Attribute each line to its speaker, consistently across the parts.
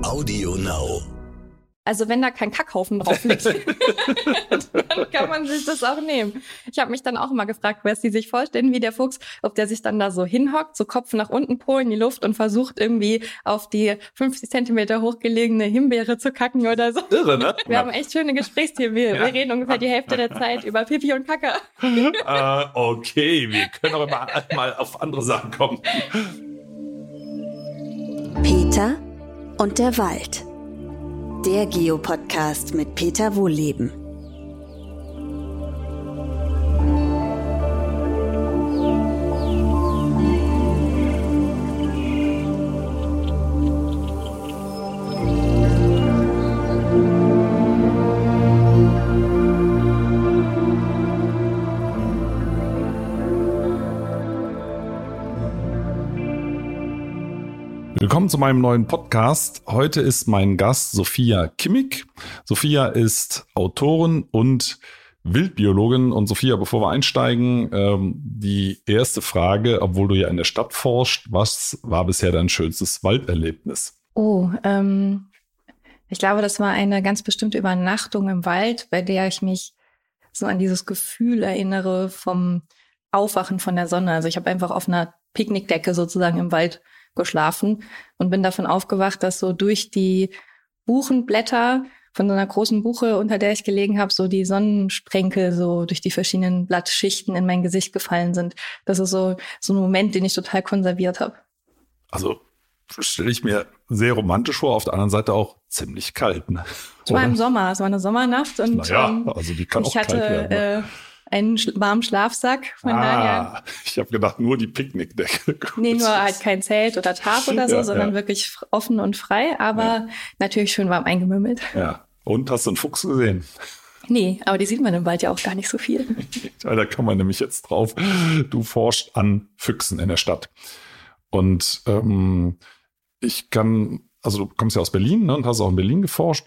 Speaker 1: Audio Now.
Speaker 2: Also wenn da kein Kackhaufen drauf liegt, dann kann man sich das auch nehmen. Ich habe mich dann auch immer gefragt, was die sich vorstellen, wie der Fuchs, ob der sich dann da so hinhockt, so Kopf nach unten, Po in die Luft und versucht irgendwie auf die 50 Zentimeter hochgelegene Himbeere zu kacken oder so.
Speaker 3: Irre, ne?
Speaker 2: Wir haben echt schöne Gesprächsthemen. Wir reden ungefähr die Hälfte der Zeit über Pipi und Kacke.
Speaker 3: Okay, wir können auch immer mal auf andere Sachen kommen.
Speaker 4: Peter und der Wald. Der Geo-Podcast mit Peter Wohlleben.
Speaker 3: Willkommen zu meinem neuen Podcast. Heute ist mein Gast Sophia Kimmig. Sophia ist Autorin und Wildbiologin. Und Sophia, bevor wir einsteigen, die erste Frage, obwohl du ja in der Stadt forschst, was war bisher dein schönstes Walderlebnis?
Speaker 2: Ich glaube, das war eine ganz bestimmte Übernachtung im Wald, bei der ich mich so an dieses Gefühl erinnere vom Aufwachen von der Sonne. Also ich habe einfach auf einer Picknickdecke sozusagen im Wald geschlafen und bin davon aufgewacht, dass so durch die Buchenblätter von so einer großen Buche, unter der ich gelegen habe, so die Sonnensprenkel so durch die verschiedenen Blattschichten in mein Gesicht gefallen sind. Das ist so ein Moment, den ich total konserviert habe.
Speaker 3: Also stelle ich mir sehr romantisch vor, auf der anderen Seite auch ziemlich kalt. Ne?
Speaker 2: Es war im Sommer, es war eine Sommernacht und
Speaker 3: also die kann auch kalt werden. Ne?
Speaker 2: Einen warmen Schlafsack, von daher.
Speaker 3: Ich habe gedacht, nur die Picknickdecke.
Speaker 2: Nee, nur halt kein Zelt oder Tarp oder so, sondern wirklich offen und frei, aber natürlich schön warm eingemümmelt.
Speaker 3: Ja, und hast du einen Fuchs gesehen?
Speaker 2: Nee, aber die sieht man im Wald ja auch gar nicht so viel.
Speaker 3: Ja, da kann man nämlich jetzt drauf. Du forschst an Füchsen in der Stadt. Und du kommst ja aus Berlin, ne, und hast auch in Berlin geforscht.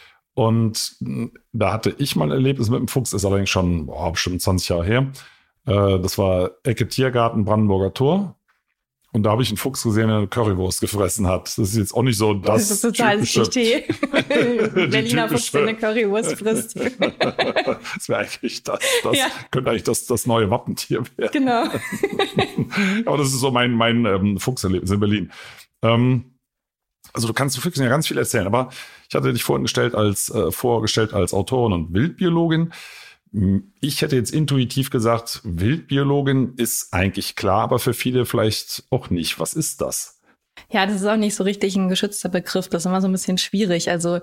Speaker 3: Und da hatte ich mal ein Erlebnis mit dem Fuchs, ist allerdings schon bestimmt 20 Jahre her. Das war Ecke Tiergarten, Brandenburger Tor. Und da habe ich einen Fuchs gesehen, der eine Currywurst gefressen hat. Das ist jetzt auch nicht so das
Speaker 2: ist total Klischee. Berliner Fuchs, der eine Currywurst frisst.
Speaker 3: Das wäre eigentlich könnte eigentlich das neue Wappentier werden.
Speaker 2: Genau.
Speaker 3: Aber das ist so mein Fuchserlebnis in Berlin. Also du kannst zu Füchsen ja ganz viel erzählen, aber ich hatte dich vorgestellt als Autorin und Wildbiologin. Ich hätte jetzt intuitiv gesagt, Wildbiologin ist eigentlich klar, aber für viele vielleicht auch nicht. Was ist das?
Speaker 2: Ja, das ist auch nicht so richtig ein geschützter Begriff. Das ist immer so ein bisschen schwierig. Also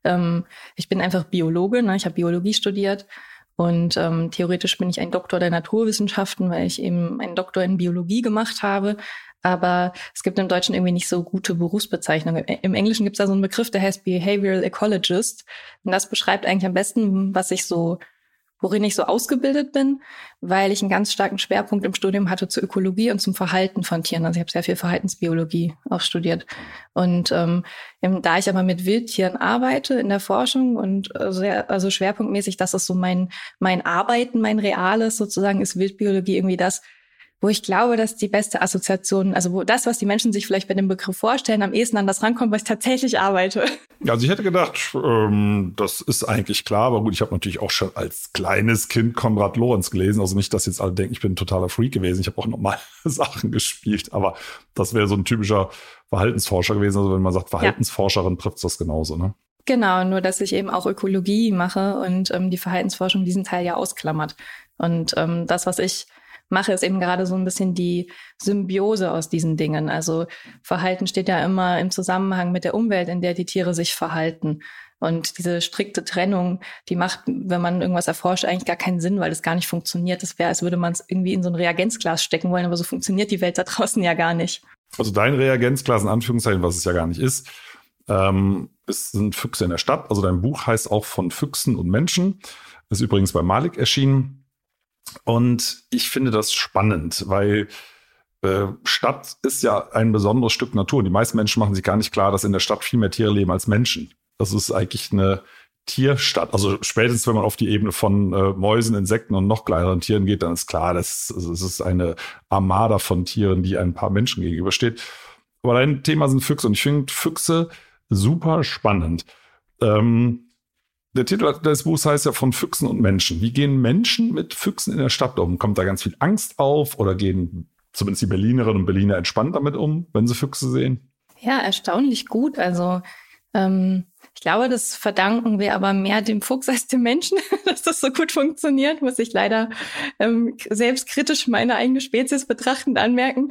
Speaker 2: ich bin einfach Biologin, ne? Ich habe Biologie studiert und theoretisch bin ich ein Doktor der Naturwissenschaften, weil ich eben einen Doktor in Biologie gemacht habe. Aber es gibt im Deutschen irgendwie nicht so gute Berufsbezeichnungen. Im Englischen gibt es da so einen Begriff, der heißt Behavioral Ecologist. Und das beschreibt eigentlich am besten, worin ich so ausgebildet bin, weil ich einen ganz starken Schwerpunkt im Studium hatte zur Ökologie und zum Verhalten von Tieren. Also ich habe sehr viel Verhaltensbiologie auch studiert. Und da ich aber mit Wildtieren arbeite in der Forschung und also schwerpunktmäßig, das ist so mein Arbeiten, mein Reales sozusagen, ist Wildbiologie irgendwie das, wo ich glaube, dass die beste Assoziation, also wo das, was die Menschen sich vielleicht bei dem Begriff vorstellen, am ehesten an das rankommt, was ich tatsächlich arbeite.
Speaker 3: Ja, also ich hätte gedacht, das ist eigentlich klar, aber gut, ich habe natürlich auch schon als kleines Kind Konrad Lorenz gelesen, also nicht, dass jetzt alle denken, ich bin ein totaler Freak gewesen, ich habe auch normale Sachen gespielt, aber das wäre so ein typischer Verhaltensforscher gewesen, also wenn man sagt Verhaltensforscherin, trifft das genauso, ne?
Speaker 2: Genau, nur dass ich eben auch Ökologie mache und die Verhaltensforschung diesen Teil ja ausklammert. Und das, was ich mache, ist eben gerade so ein bisschen die Symbiose aus diesen Dingen. Also Verhalten steht ja immer im Zusammenhang mit der Umwelt, in der die Tiere sich verhalten. Und diese strikte Trennung, die macht, wenn man irgendwas erforscht, eigentlich gar keinen Sinn, weil das gar nicht funktioniert. Das wäre, als würde man es irgendwie in so ein Reagenzglas stecken wollen, aber so funktioniert die Welt da draußen ja gar nicht.
Speaker 3: Also dein Reagenzglas, in Anführungszeichen, was es ja gar nicht ist, sind Füchse in der Stadt. Also dein Buch heißt auch von Füchsen und Menschen. Ist übrigens bei Malik erschienen. Und ich finde das spannend, weil Stadt ist ja ein besonderes Stück Natur. Und die meisten Menschen machen sich gar nicht klar, dass in der Stadt viel mehr Tiere leben als Menschen. Das ist eigentlich eine Tierstadt. Also spätestens, wenn man auf die Ebene von Mäusen, Insekten und noch kleineren Tieren geht, dann ist klar, es ist eine Armada von Tieren, die ein paar Menschen gegenübersteht. Aber dein Thema sind Füchse. Und ich finde, Füchse super spannend. Der Titel des Buchs heißt ja von Füchsen und Menschen. Wie gehen Menschen mit Füchsen in der Stadt um? Kommt da ganz viel Angst auf oder gehen zumindest die Berlinerinnen und Berliner entspannt damit um, wenn sie Füchse sehen?
Speaker 2: Ja, erstaunlich gut. Also ich glaube, das verdanken wir aber mehr dem Fuchs als dem Menschen, dass das so gut funktioniert, muss ich leider selbstkritisch meine eigene Spezies betrachtend anmerken.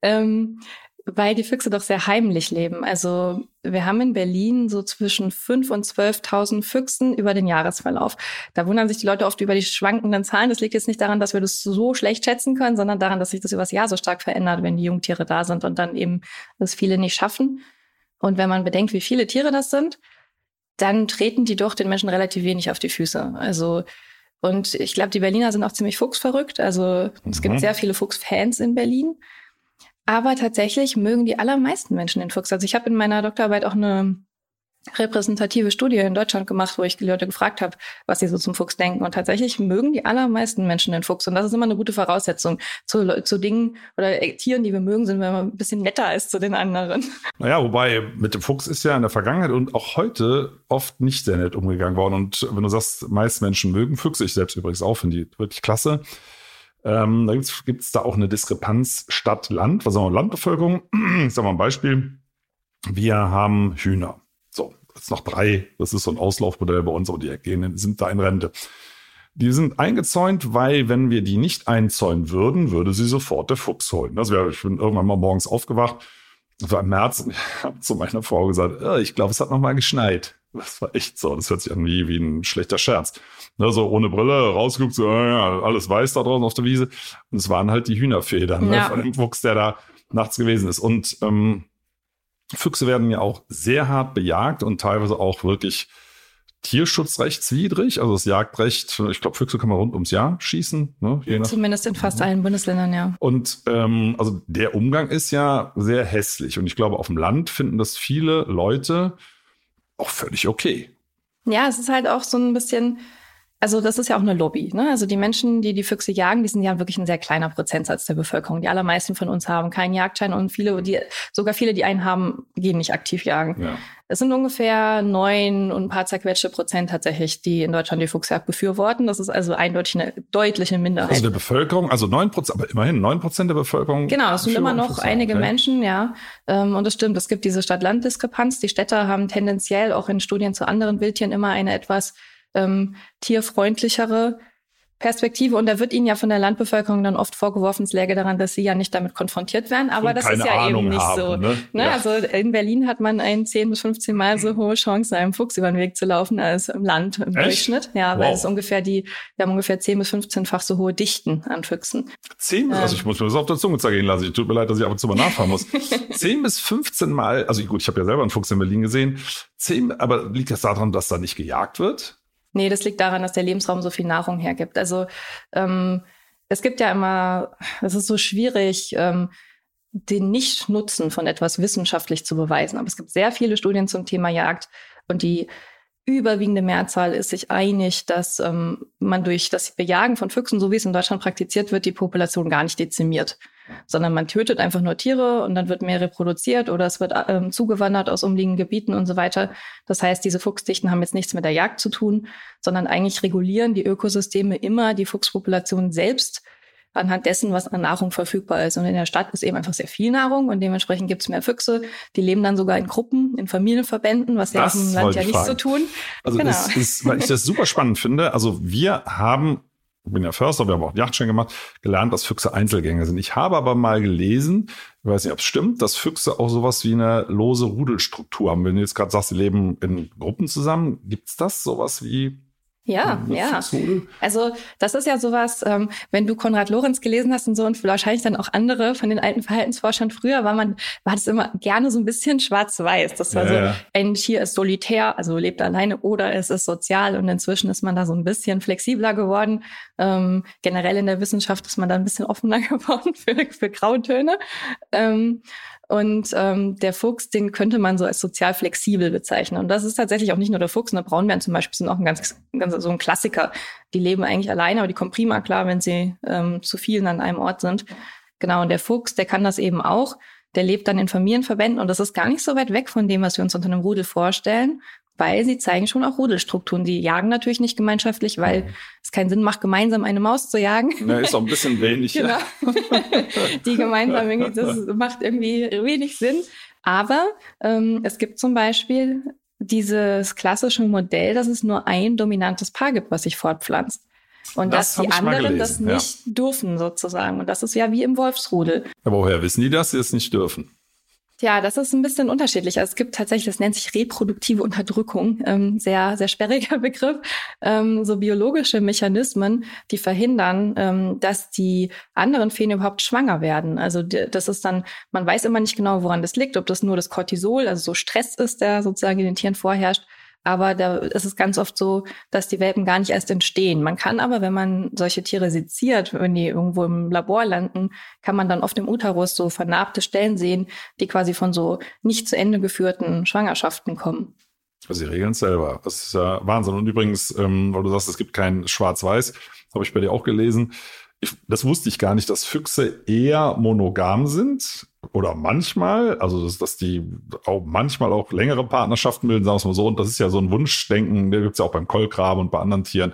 Speaker 2: Weil die Füchse doch sehr heimlich leben. Also wir haben in Berlin so zwischen 5.000 und 12.000 Füchsen über den Jahresverlauf. Da wundern sich die Leute oft über die schwankenden Zahlen. Das liegt jetzt nicht daran, dass wir das so schlecht schätzen können, sondern daran, dass sich das übers Jahr so stark verändert, wenn die Jungtiere da sind und dann eben das viele nicht schaffen. Und wenn man bedenkt, wie viele Tiere das sind, dann treten die doch den Menschen relativ wenig auf die Füße. Also und ich glaube, die Berliner sind auch ziemlich fuchsverrückt. Also es gibt sehr viele Fuchsfans in Berlin. Aber tatsächlich mögen die allermeisten Menschen den Fuchs. Also ich habe in meiner Doktorarbeit auch eine repräsentative Studie in Deutschland gemacht, wo ich die Leute gefragt habe, was sie so zum Fuchs denken. Und tatsächlich mögen die allermeisten Menschen den Fuchs. Und das ist immer eine gute Voraussetzung. Zu Dingen oder Tieren, die wir mögen, sind wir immer ein bisschen netter als zu den anderen.
Speaker 3: Naja, wobei mit dem Fuchs ist ja in der Vergangenheit und auch heute oft nicht sehr nett umgegangen worden. Und wenn du sagst, meist Menschen mögen Füchse, ich selbst übrigens auch, finde die wirklich klasse. Da gibt's da auch eine Diskrepanz Stadt-Land. Was sagen wir, Landbevölkerung? Ich sage mal ein Beispiel. Wir haben Hühner. So, jetzt noch 3. Das ist so ein Auslaufmodell bei uns, aber die sind da in Rente. Die sind eingezäunt, weil wenn wir die nicht einzäunen würden, würde sie sofort der Fuchs holen. Ich bin irgendwann mal morgens aufgewacht. Das war im März und ich habe zu meiner Frau gesagt, ich glaube, es hat noch mal geschneit. Das war echt so. Das hört sich an wie ein schlechter Scherz. Ne, so ohne Brille rausgeguckt, so alles weiß da draußen auf der Wiese. Und es waren halt die Hühnerfedern von dem Fuchs, der da nachts gewesen ist. Und Füchse werden ja auch sehr hart bejagt und teilweise auch wirklich tierschutzrechtswidrig. Also das Jagdrecht, ich glaube, Füchse kann man rund ums Jahr schießen. Ne,
Speaker 2: zumindest in fast allen Bundesländern, ja.
Speaker 3: Und also der Umgang ist ja sehr hässlich. Und ich glaube, auf dem Land finden das viele Leute auch völlig okay.
Speaker 2: Ja, es ist halt auch so ein bisschen, also das ist ja auch eine Lobby, ne? Also die Menschen, die Füchse jagen, die sind ja wirklich ein sehr kleiner Prozentsatz der Bevölkerung. Die allermeisten von uns haben keinen Jagdschein und viele, die einen haben, gehen nicht aktiv jagen. Ja. Es sind ungefähr 9 und ein paar zerquetschte Prozent tatsächlich, die in Deutschland die Fuchsjagd befürworten. Das ist also eindeutig eine deutliche Minderheit.
Speaker 3: Also der Bevölkerung, also 9%, aber immerhin 9% der Bevölkerung.
Speaker 2: Genau, es sind immer noch einige Menschen, ja. Und das stimmt, es gibt diese Stadt-Land-Diskrepanz. Die Städter haben tendenziell auch in Studien zu anderen Wildtieren immer eine etwas tierfreundlichere Perspektive. Und da wird ihnen ja von der Landbevölkerung dann oft vorgeworfen, es läge daran, dass sie ja nicht damit konfrontiert werden. Aber das ist ja eben nicht so. Ne? Ja. Also in Berlin hat man 10 bis 15 Mal so hohe Chance, einem Fuchs über den Weg zu laufen als im Land im Durchschnitt. Ja, weil es wir haben ungefähr 10 bis 15-fach so hohe Dichten an Füchsen.
Speaker 3: 10? Also ich muss mir das auf der Zunge zergehen lassen. Tut mir leid, dass ich ab und zu mal nachfahren muss. 10 bis 15 Mal, also gut, ich habe ja selber einen Fuchs in Berlin gesehen. 10, aber liegt das daran, dass da nicht gejagt wird?
Speaker 2: Nee, das liegt daran, dass der Lebensraum so viel Nahrung hergibt. Also es gibt ja immer, es ist so schwierig, den Nicht-Nutzen von etwas wissenschaftlich zu beweisen. Aber es gibt sehr viele Studien zum Thema Jagd und die überwiegende Mehrzahl ist sich einig, dass man durch das Bejagen von Füchsen, so wie es in Deutschland praktiziert wird, die Population gar nicht dezimiert, sondern man tötet einfach nur Tiere und dann wird mehr reproduziert oder es wird zugewandert aus umliegenden Gebieten und so weiter. Das heißt, diese Fuchsdichten haben jetzt nichts mit der Jagd zu tun, sondern eigentlich regulieren die Ökosysteme immer die Fuchspopulation selbst anhand dessen, was an Nahrung verfügbar ist. Und in der Stadt ist eben einfach sehr viel Nahrung und dementsprechend gibt es mehr Füchse. Die leben dann sogar in Gruppen, in Familienverbänden, was ja auf dem Land ja nicht so tun.
Speaker 3: Also genau. Weil ich das super spannend finde. Also wir haben, ich bin ja Förster, wir haben auch einen Jagdschein gemacht, gelernt, dass Füchse Einzelgänger sind. Ich habe aber mal gelesen, ich weiß nicht, ob es stimmt, dass Füchse auch sowas wie eine lose Rudelstruktur haben. Wenn du jetzt gerade sagst, sie leben in Gruppen zusammen, gibt's das sowas wie...
Speaker 2: Ja. Also das ist ja sowas, wenn du Konrad Lorenz gelesen hast und so und wahrscheinlich dann auch andere von den alten Verhaltensforschern früher, war das immer gerne so ein bisschen schwarz-weiß. Das war so, ein Tier ist solitär, also lebt alleine oder es ist sozial und inzwischen ist man da so ein bisschen flexibler geworden. Generell in der Wissenschaft ist man da ein bisschen offener geworden für Grautöne. Und der Fuchs, den könnte man so als sozial flexibel bezeichnen. Und das ist tatsächlich auch nicht nur der Fuchs. Ne? Braunbären zum Beispiel sind auch ein so ein Klassiker. Die leben eigentlich alleine, aber die kommen prima klar, wenn sie zu vielen an einem Ort sind. Genau, und der Fuchs, der kann das eben auch. der lebt dann in Familienverbänden und das ist gar nicht so weit weg von dem, was wir uns unter einem Rudel vorstellen, weil sie zeigen schon auch Rudelstrukturen. Die jagen natürlich nicht gemeinschaftlich, weil es keinen Sinn macht, gemeinsam eine Maus zu jagen.
Speaker 3: Ja, ist auch ein bisschen wenig.
Speaker 2: Genau. Die gemeinsam irgendwie, das macht irgendwie wenig Sinn. Aber es gibt zum Beispiel dieses klassische Modell, dass es nur ein dominantes Paar gibt, was sich fortpflanzt. Und dass die anderen das nicht dürfen sozusagen. Und das ist ja wie im Wolfsrudel.
Speaker 3: Aber woher wissen die, dass sie es nicht dürfen?
Speaker 2: Ja, das ist ein bisschen unterschiedlich. Also es gibt tatsächlich, das nennt sich reproduktive Unterdrückung, sehr, sehr sperriger Begriff, so biologische Mechanismen, die verhindern, dass die anderen Feen überhaupt schwanger werden. Also das ist dann, man weiß immer nicht genau, woran das liegt, ob das nur das Cortisol, also so Stress ist, der sozusagen in den Tieren vorherrscht. Aber da ist es ganz oft so, dass die Welpen gar nicht erst entstehen. Man kann aber, wenn man solche Tiere seziert, wenn die irgendwo im Labor landen, kann man dann oft im Uterus so vernarbte Stellen sehen, die quasi von so nicht zu Ende geführten Schwangerschaften kommen.
Speaker 3: Also sie regeln es selber. Das ist ja Wahnsinn. Und übrigens, weil du sagst, es gibt kein Schwarz-Weiß, habe ich bei dir auch gelesen. Das wusste ich gar nicht, dass Füchse eher monogam sind oder manchmal, also dass die auch manchmal auch längere Partnerschaften bilden, sagen wir es mal so. Und das ist ja so ein Wunschdenken, der gibt es ja auch beim Kolkraben und bei anderen Tieren.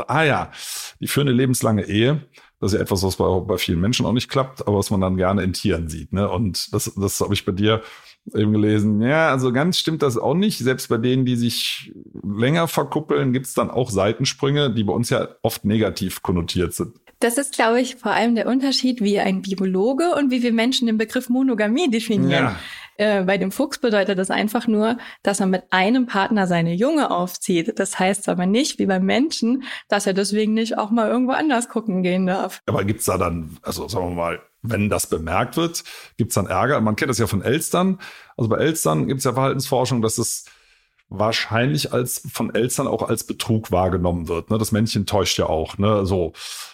Speaker 3: Die führen eine lebenslange Ehe. Das ist ja etwas, was bei vielen Menschen auch nicht klappt, aber was man dann gerne in Tieren sieht. Ne? Und das habe ich bei dir eben gelesen. Ja, also ganz stimmt das auch nicht. Selbst bei denen, die sich länger verkuppeln, gibt es dann auch Seitensprünge, die bei uns ja oft negativ konnotiert sind.
Speaker 2: Das ist, glaube ich, vor allem der Unterschied, wie ein Biologe und wie wir Menschen den Begriff Monogamie definieren. Ja. Bei dem Fuchs bedeutet das einfach nur, dass er mit einem Partner seine Junge aufzieht. Das heißt aber nicht, wie beim Menschen, dass er deswegen nicht auch mal irgendwo anders gucken gehen darf.
Speaker 3: Aber gibt's da dann, also sagen wir mal, wenn das bemerkt wird, gibt's dann Ärger? Man kennt das ja von Elstern. Also bei Elstern gibt's ja Verhaltensforschung, dass es wahrscheinlich von Elstern auch als Betrug wahrgenommen wird. Ne? Das Männchen täuscht ja auch. Ne? So.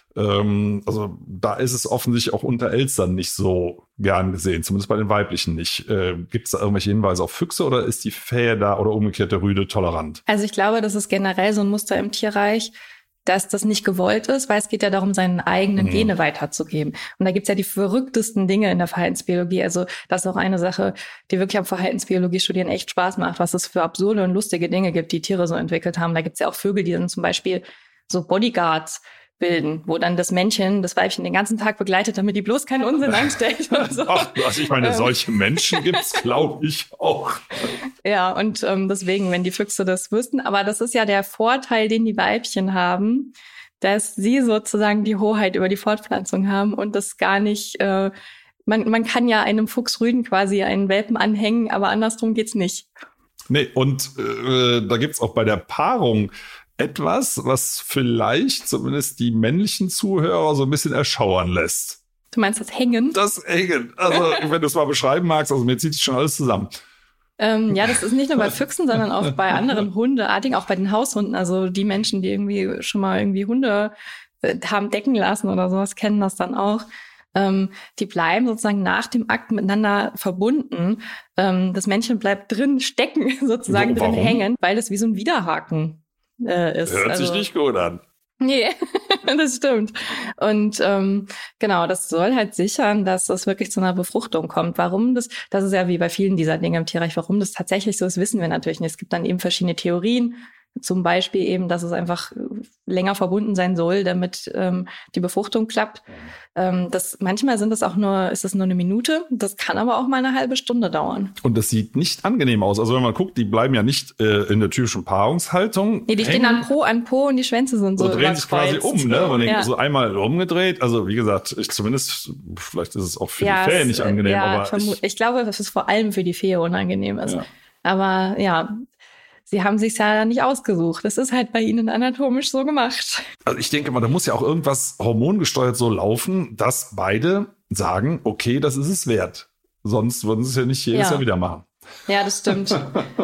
Speaker 3: Also da ist es offensichtlich auch unter Elstern nicht so gern gesehen, zumindest bei den weiblichen nicht. Gibt es da irgendwelche Hinweise auf Füchse oder ist die Fähe da oder umgekehrt der Rüde tolerant?
Speaker 2: Also ich glaube, das ist generell so ein Muster im Tierreich, dass das nicht gewollt ist, weil es geht ja darum, seine eigenen Gene weiterzugeben. Und da gibt's ja die verrücktesten Dinge in der Verhaltensbiologie. Also das ist auch eine Sache, die wirklich am Verhaltensbiologie-Studieren echt Spaß macht, was es für absurde und lustige Dinge gibt, die Tiere so entwickelt haben. Da gibt's ja auch Vögel, die dann zum Beispiel so Bodyguards bilden, wo dann das Männchen das Weibchen den ganzen Tag begleitet, damit die bloß keinen Unsinn anstellt. Und so.
Speaker 3: Ach, also ich meine, solche Menschen gibt's, glaube ich, auch.
Speaker 2: Ja, und deswegen, wenn die Füchse das wüssten, aber das ist ja der Vorteil, den die Weibchen haben, dass sie sozusagen die Hoheit über die Fortpflanzung haben und das gar nicht, man kann ja einem Fuchsrüden quasi einen Welpen anhängen, aber andersrum geht's nicht.
Speaker 3: Nee, und da gibt's auch bei der Paarung etwas, was vielleicht zumindest die männlichen Zuhörer so ein bisschen erschauern lässt.
Speaker 2: Du meinst das Hängen? Das
Speaker 3: Hängen. Also, wenn du es mal beschreiben magst, also mir zieht sich schon alles zusammen.
Speaker 2: Ja, das ist nicht nur bei Füchsen, sondern auch bei anderen Hundeartigen, auch bei den Haushunden. Also die Menschen, die irgendwie schon mal irgendwie Hunde haben decken lassen oder sowas, kennen das dann auch. Die bleiben sozusagen nach dem Akt miteinander verbunden. Das Männchen bleibt drin stecken, sozusagen drin hängen, weil das wie so ein Widerhaken ist.
Speaker 3: Hört sich nicht gut an.
Speaker 2: Nee, das stimmt. Und genau, das soll halt sichern, dass es wirklich zu einer Befruchtung kommt. Warum das ist ja wie bei vielen dieser Dinge im Tierreich, warum das tatsächlich so ist, wissen wir natürlich nicht. Es gibt dann eben verschiedene Theorien, zum Beispiel eben, dass es einfach länger verbunden sein soll, damit die Befruchtung klappt. Manchmal ist es nur eine Minute, das kann aber auch mal eine halbe Stunde dauern.
Speaker 3: Und das sieht nicht angenehm aus. Also wenn man guckt, die bleiben ja nicht in der typischen Paarungshaltung.
Speaker 2: Nee, die stehen an Po und die Schwänze sind so
Speaker 3: drehen sich quasi um, ne? Man so einmal umgedreht. Also wie gesagt, vielleicht ist es auch für die Fähe nicht angenehm.
Speaker 2: Ja, aber ich glaube, dass es vor allem für die Fähe unangenehm ist. Ja. Aber ja, sie haben sich's ja nicht ausgesucht. Das ist halt bei ihnen anatomisch so gemacht.
Speaker 3: Also ich denke mal, da muss ja auch irgendwas hormongesteuert so laufen, dass beide sagen, okay, das ist es wert. Sonst würden sie es ja nicht jedes Jahr wieder machen.
Speaker 2: Ja, das stimmt.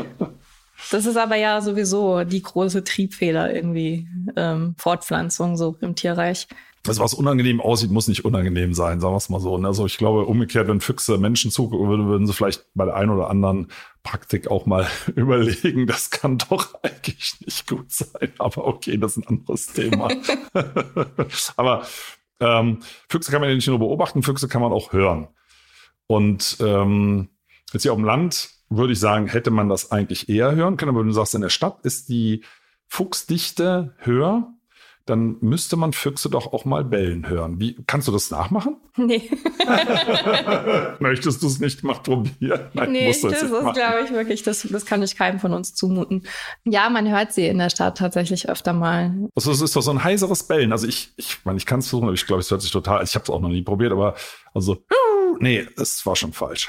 Speaker 2: Das ist aber ja sowieso die große Triebfeder irgendwie, Fortpflanzung so im Tierreich.
Speaker 3: Also was unangenehm aussieht, muss nicht unangenehm sein, sagen wir es mal so. Also ich glaube, umgekehrt, wenn Füchse Menschen zugucken würden, würden sie vielleicht bei der einen oder anderen Praktik auch mal überlegen, das kann doch eigentlich nicht gut sein. Aber okay, das ist ein anderes Thema. Aber Füchse kann man ja nicht nur beobachten, Füchse kann man auch hören. Und jetzt hier auf dem Land würde ich sagen, hätte man das eigentlich eher hören können. Aber wenn du sagst, in der Stadt ist die Fuchsdichte höher, dann müsste man Füchse doch auch mal bellen hören. Kannst du das nachmachen?
Speaker 2: Nee.
Speaker 3: Möchtest du es nicht mal probieren?
Speaker 2: Nein, nee, das ist, glaube ich, wirklich, das kann ich keinem von uns zumuten. Ja, man hört sie in der Stadt tatsächlich öfter mal.
Speaker 3: Also es ist doch so ein heiseres Bellen. Also ich meine, ich kann es versuchen, aber ich glaube, es hört sich total, ich habe es auch noch nie probiert, aber also, nee, es war schon falsch.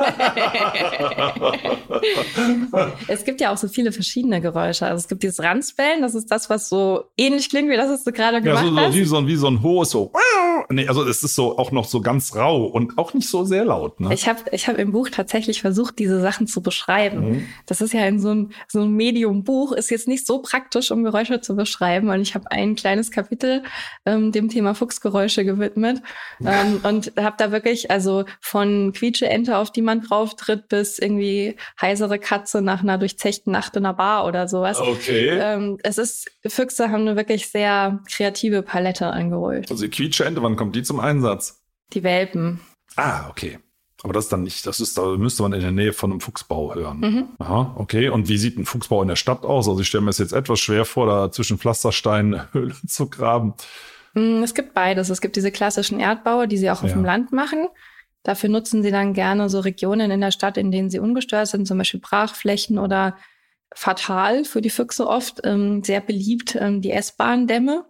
Speaker 2: Es gibt ja auch so viele verschiedene Geräusche. Also es gibt dieses Ranzbellen, das ist das, was so ähnlich klingt wie das, was du gerade gemacht hast.
Speaker 3: Wie so ein hohes, so. Nee, also es ist so auch noch so ganz rau und auch nicht so sehr laut. Ne?
Speaker 2: Ich hab im Buch tatsächlich versucht, diese Sachen zu beschreiben. Mhm. Das ist ja in so ein Medium-Buch, ist jetzt nicht so praktisch, um Geräusche zu beschreiben. Und ich habe ein kleines Kapitel dem Thema Fuchsgeräusche gewidmet und habe da wirklich, also von Quietsche-Ente, auf die man drauf tritt, bis irgendwie heisere Katze nach einer durchzechten Nacht in einer Bar oder sowas.
Speaker 3: Okay.
Speaker 2: Füchse haben eine wirklich sehr kreative Palette an Geräusch.
Speaker 3: Also die Quietsche-Ente, wann kommt die zum Einsatz?
Speaker 2: Die Welpen.
Speaker 3: Ah, okay. Aber das ist dann nicht, da müsste man in der Nähe von einem Fuchsbau hören. Mhm. Aha, okay. Und wie sieht ein Fuchsbau in der Stadt aus? Also ich stelle mir es jetzt etwas schwer vor, da zwischen Pflastersteinen eine Höhle zu graben.
Speaker 2: Es gibt beides. Es gibt diese klassischen Erdbaue, die sie auch auf dem Land machen. Dafür nutzen sie dann gerne so Regionen in der Stadt, in denen sie ungestört sind, zum Beispiel Brachflächen oder fatal für die Füchse oft, sehr beliebt, die S-Bahn-Dämme.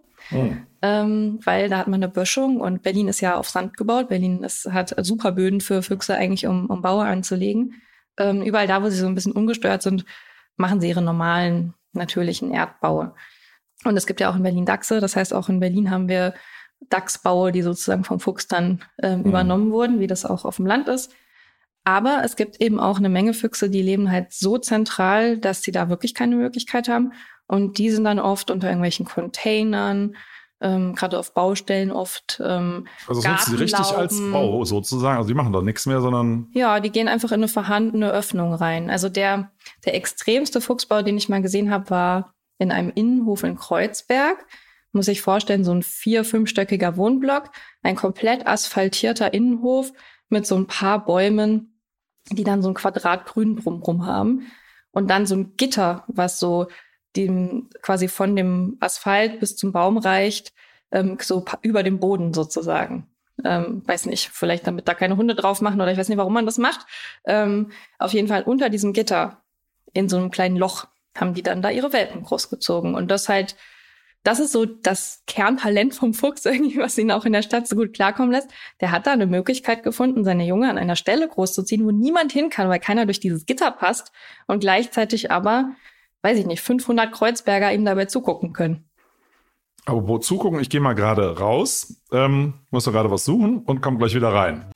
Speaker 2: Weil da hat man eine Böschung und Berlin ist ja auf Sand gebaut. Berlin hat super Böden für Füchse eigentlich, um Baue anzulegen. Überall da, wo sie so ein bisschen ungestört sind, machen sie ihre normalen, natürlichen Erdbaue. Und es gibt ja auch in Berlin Dachse. Das heißt, auch in Berlin haben wir Dachsbaue, die sozusagen vom Fuchs dann übernommen wurden, wie das auch auf dem Land ist. Aber es gibt eben auch eine Menge Füchse, die leben halt so zentral, dass sie da wirklich keine Möglichkeit haben. Und die sind dann oft unter irgendwelchen Containern, gerade auf Baustellen oft.
Speaker 3: Also nutzen sie richtig als Bau sozusagen. Also die machen da nichts mehr, sondern.
Speaker 2: Ja, die gehen einfach in eine vorhandene Öffnung rein. Also der extremste Fuchsbau, den ich mal gesehen habe, war in einem Innenhof in Kreuzberg. Muss ich vorstellen, so ein 4-5-stöckiger Wohnblock, ein komplett asphaltierter Innenhof mit so ein paar Bäumen, die dann so ein Quadrat grün drumrum haben. Und dann so ein Gitter, was so quasi von dem Asphalt bis zum Baum reicht, so über dem Boden sozusagen. Weiß nicht, vielleicht damit da keine Hunde drauf machen oder ich weiß nicht, warum man das macht. Auf jeden Fall unter diesem Gitter, in so einem kleinen Loch, haben die dann da ihre Welpen großgezogen. Und das ist so das Kerntalent vom Fuchs irgendwie, was ihn auch in der Stadt so gut klarkommen lässt. Der hat da eine Möglichkeit gefunden, seine Junge an einer Stelle großzuziehen, wo niemand hin kann, weil keiner durch dieses Gitter passt und gleichzeitig aber, weiß ich nicht, 500 Kreuzberger ihm dabei zugucken können.
Speaker 3: Aber wo zugucken? Ich gehe mal gerade raus, muss doch gerade was suchen und komme gleich wieder rein.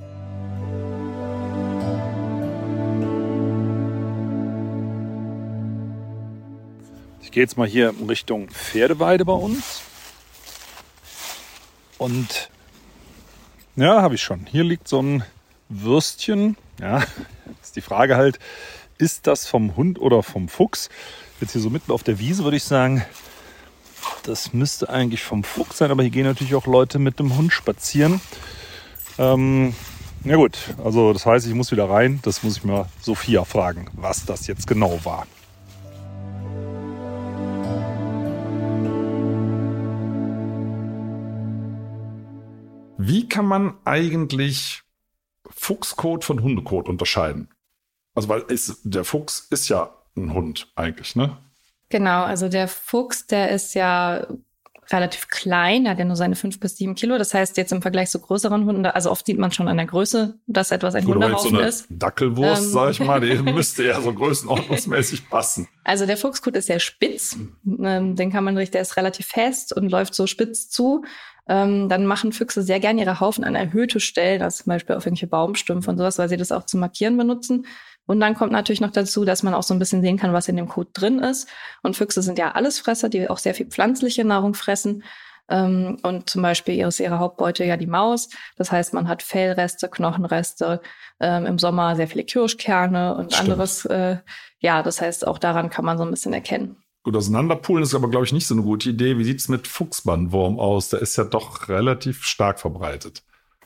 Speaker 3: Ich gehe jetzt mal hier in Richtung Pferdeweide bei uns. Und ja, habe ich schon. Hier liegt so ein Würstchen. Ja, ist die Frage halt, ist das vom Hund oder vom Fuchs? Jetzt hier so mitten auf der Wiese würde ich sagen, das müsste eigentlich vom Fuchs sein. Aber hier gehen natürlich auch Leute mit dem Hund spazieren. Ja gut, also das heißt, ich muss wieder rein. Das muss ich mal Sophia fragen, was das jetzt genau war. Wie kann man eigentlich Fuchskot von Hundekot unterscheiden? Also weil der Fuchs ist ja ein Hund eigentlich, ne?
Speaker 2: Genau, also der Fuchs, der ist ja relativ klein, er hat ja nur seine 5 bis 7 Kilo. Das heißt jetzt im Vergleich zu größeren Hunden, also oft sieht man schon an der Größe, dass etwas ein Hundehaufen
Speaker 3: so
Speaker 2: ist.
Speaker 3: Dackelwurst, sag ich mal, die müsste ja so größenordnungsmäßig passen.
Speaker 2: Also der Fuchskot ist sehr spitz, den kann man der ist relativ fest und läuft so spitz zu. Dann machen Füchse sehr gerne ihre Haufen an erhöhte Stellen, also zum Beispiel auf irgendwelche Baumstümpfe und sowas, weil sie das auch zum Markieren benutzen. Und dann kommt natürlich noch dazu, dass man auch so ein bisschen sehen kann, was in dem Kot drin ist. Und Füchse sind ja Allesfresser, die auch sehr viel pflanzliche Nahrung fressen. Und zum Beispiel ist ihre Hauptbeute ja die Maus. Das heißt, man hat Fellreste, Knochenreste, im Sommer sehr viele Kirschkerne und
Speaker 3: Stimmt.
Speaker 2: anderes. Das heißt, auch daran kann man so ein bisschen erkennen.
Speaker 3: Gut, auseinanderpulen ist aber, glaube ich, nicht so eine gute Idee. Wie sieht es mit Fuchsbandwurm aus? Der ist ja doch relativ stark verbreitet.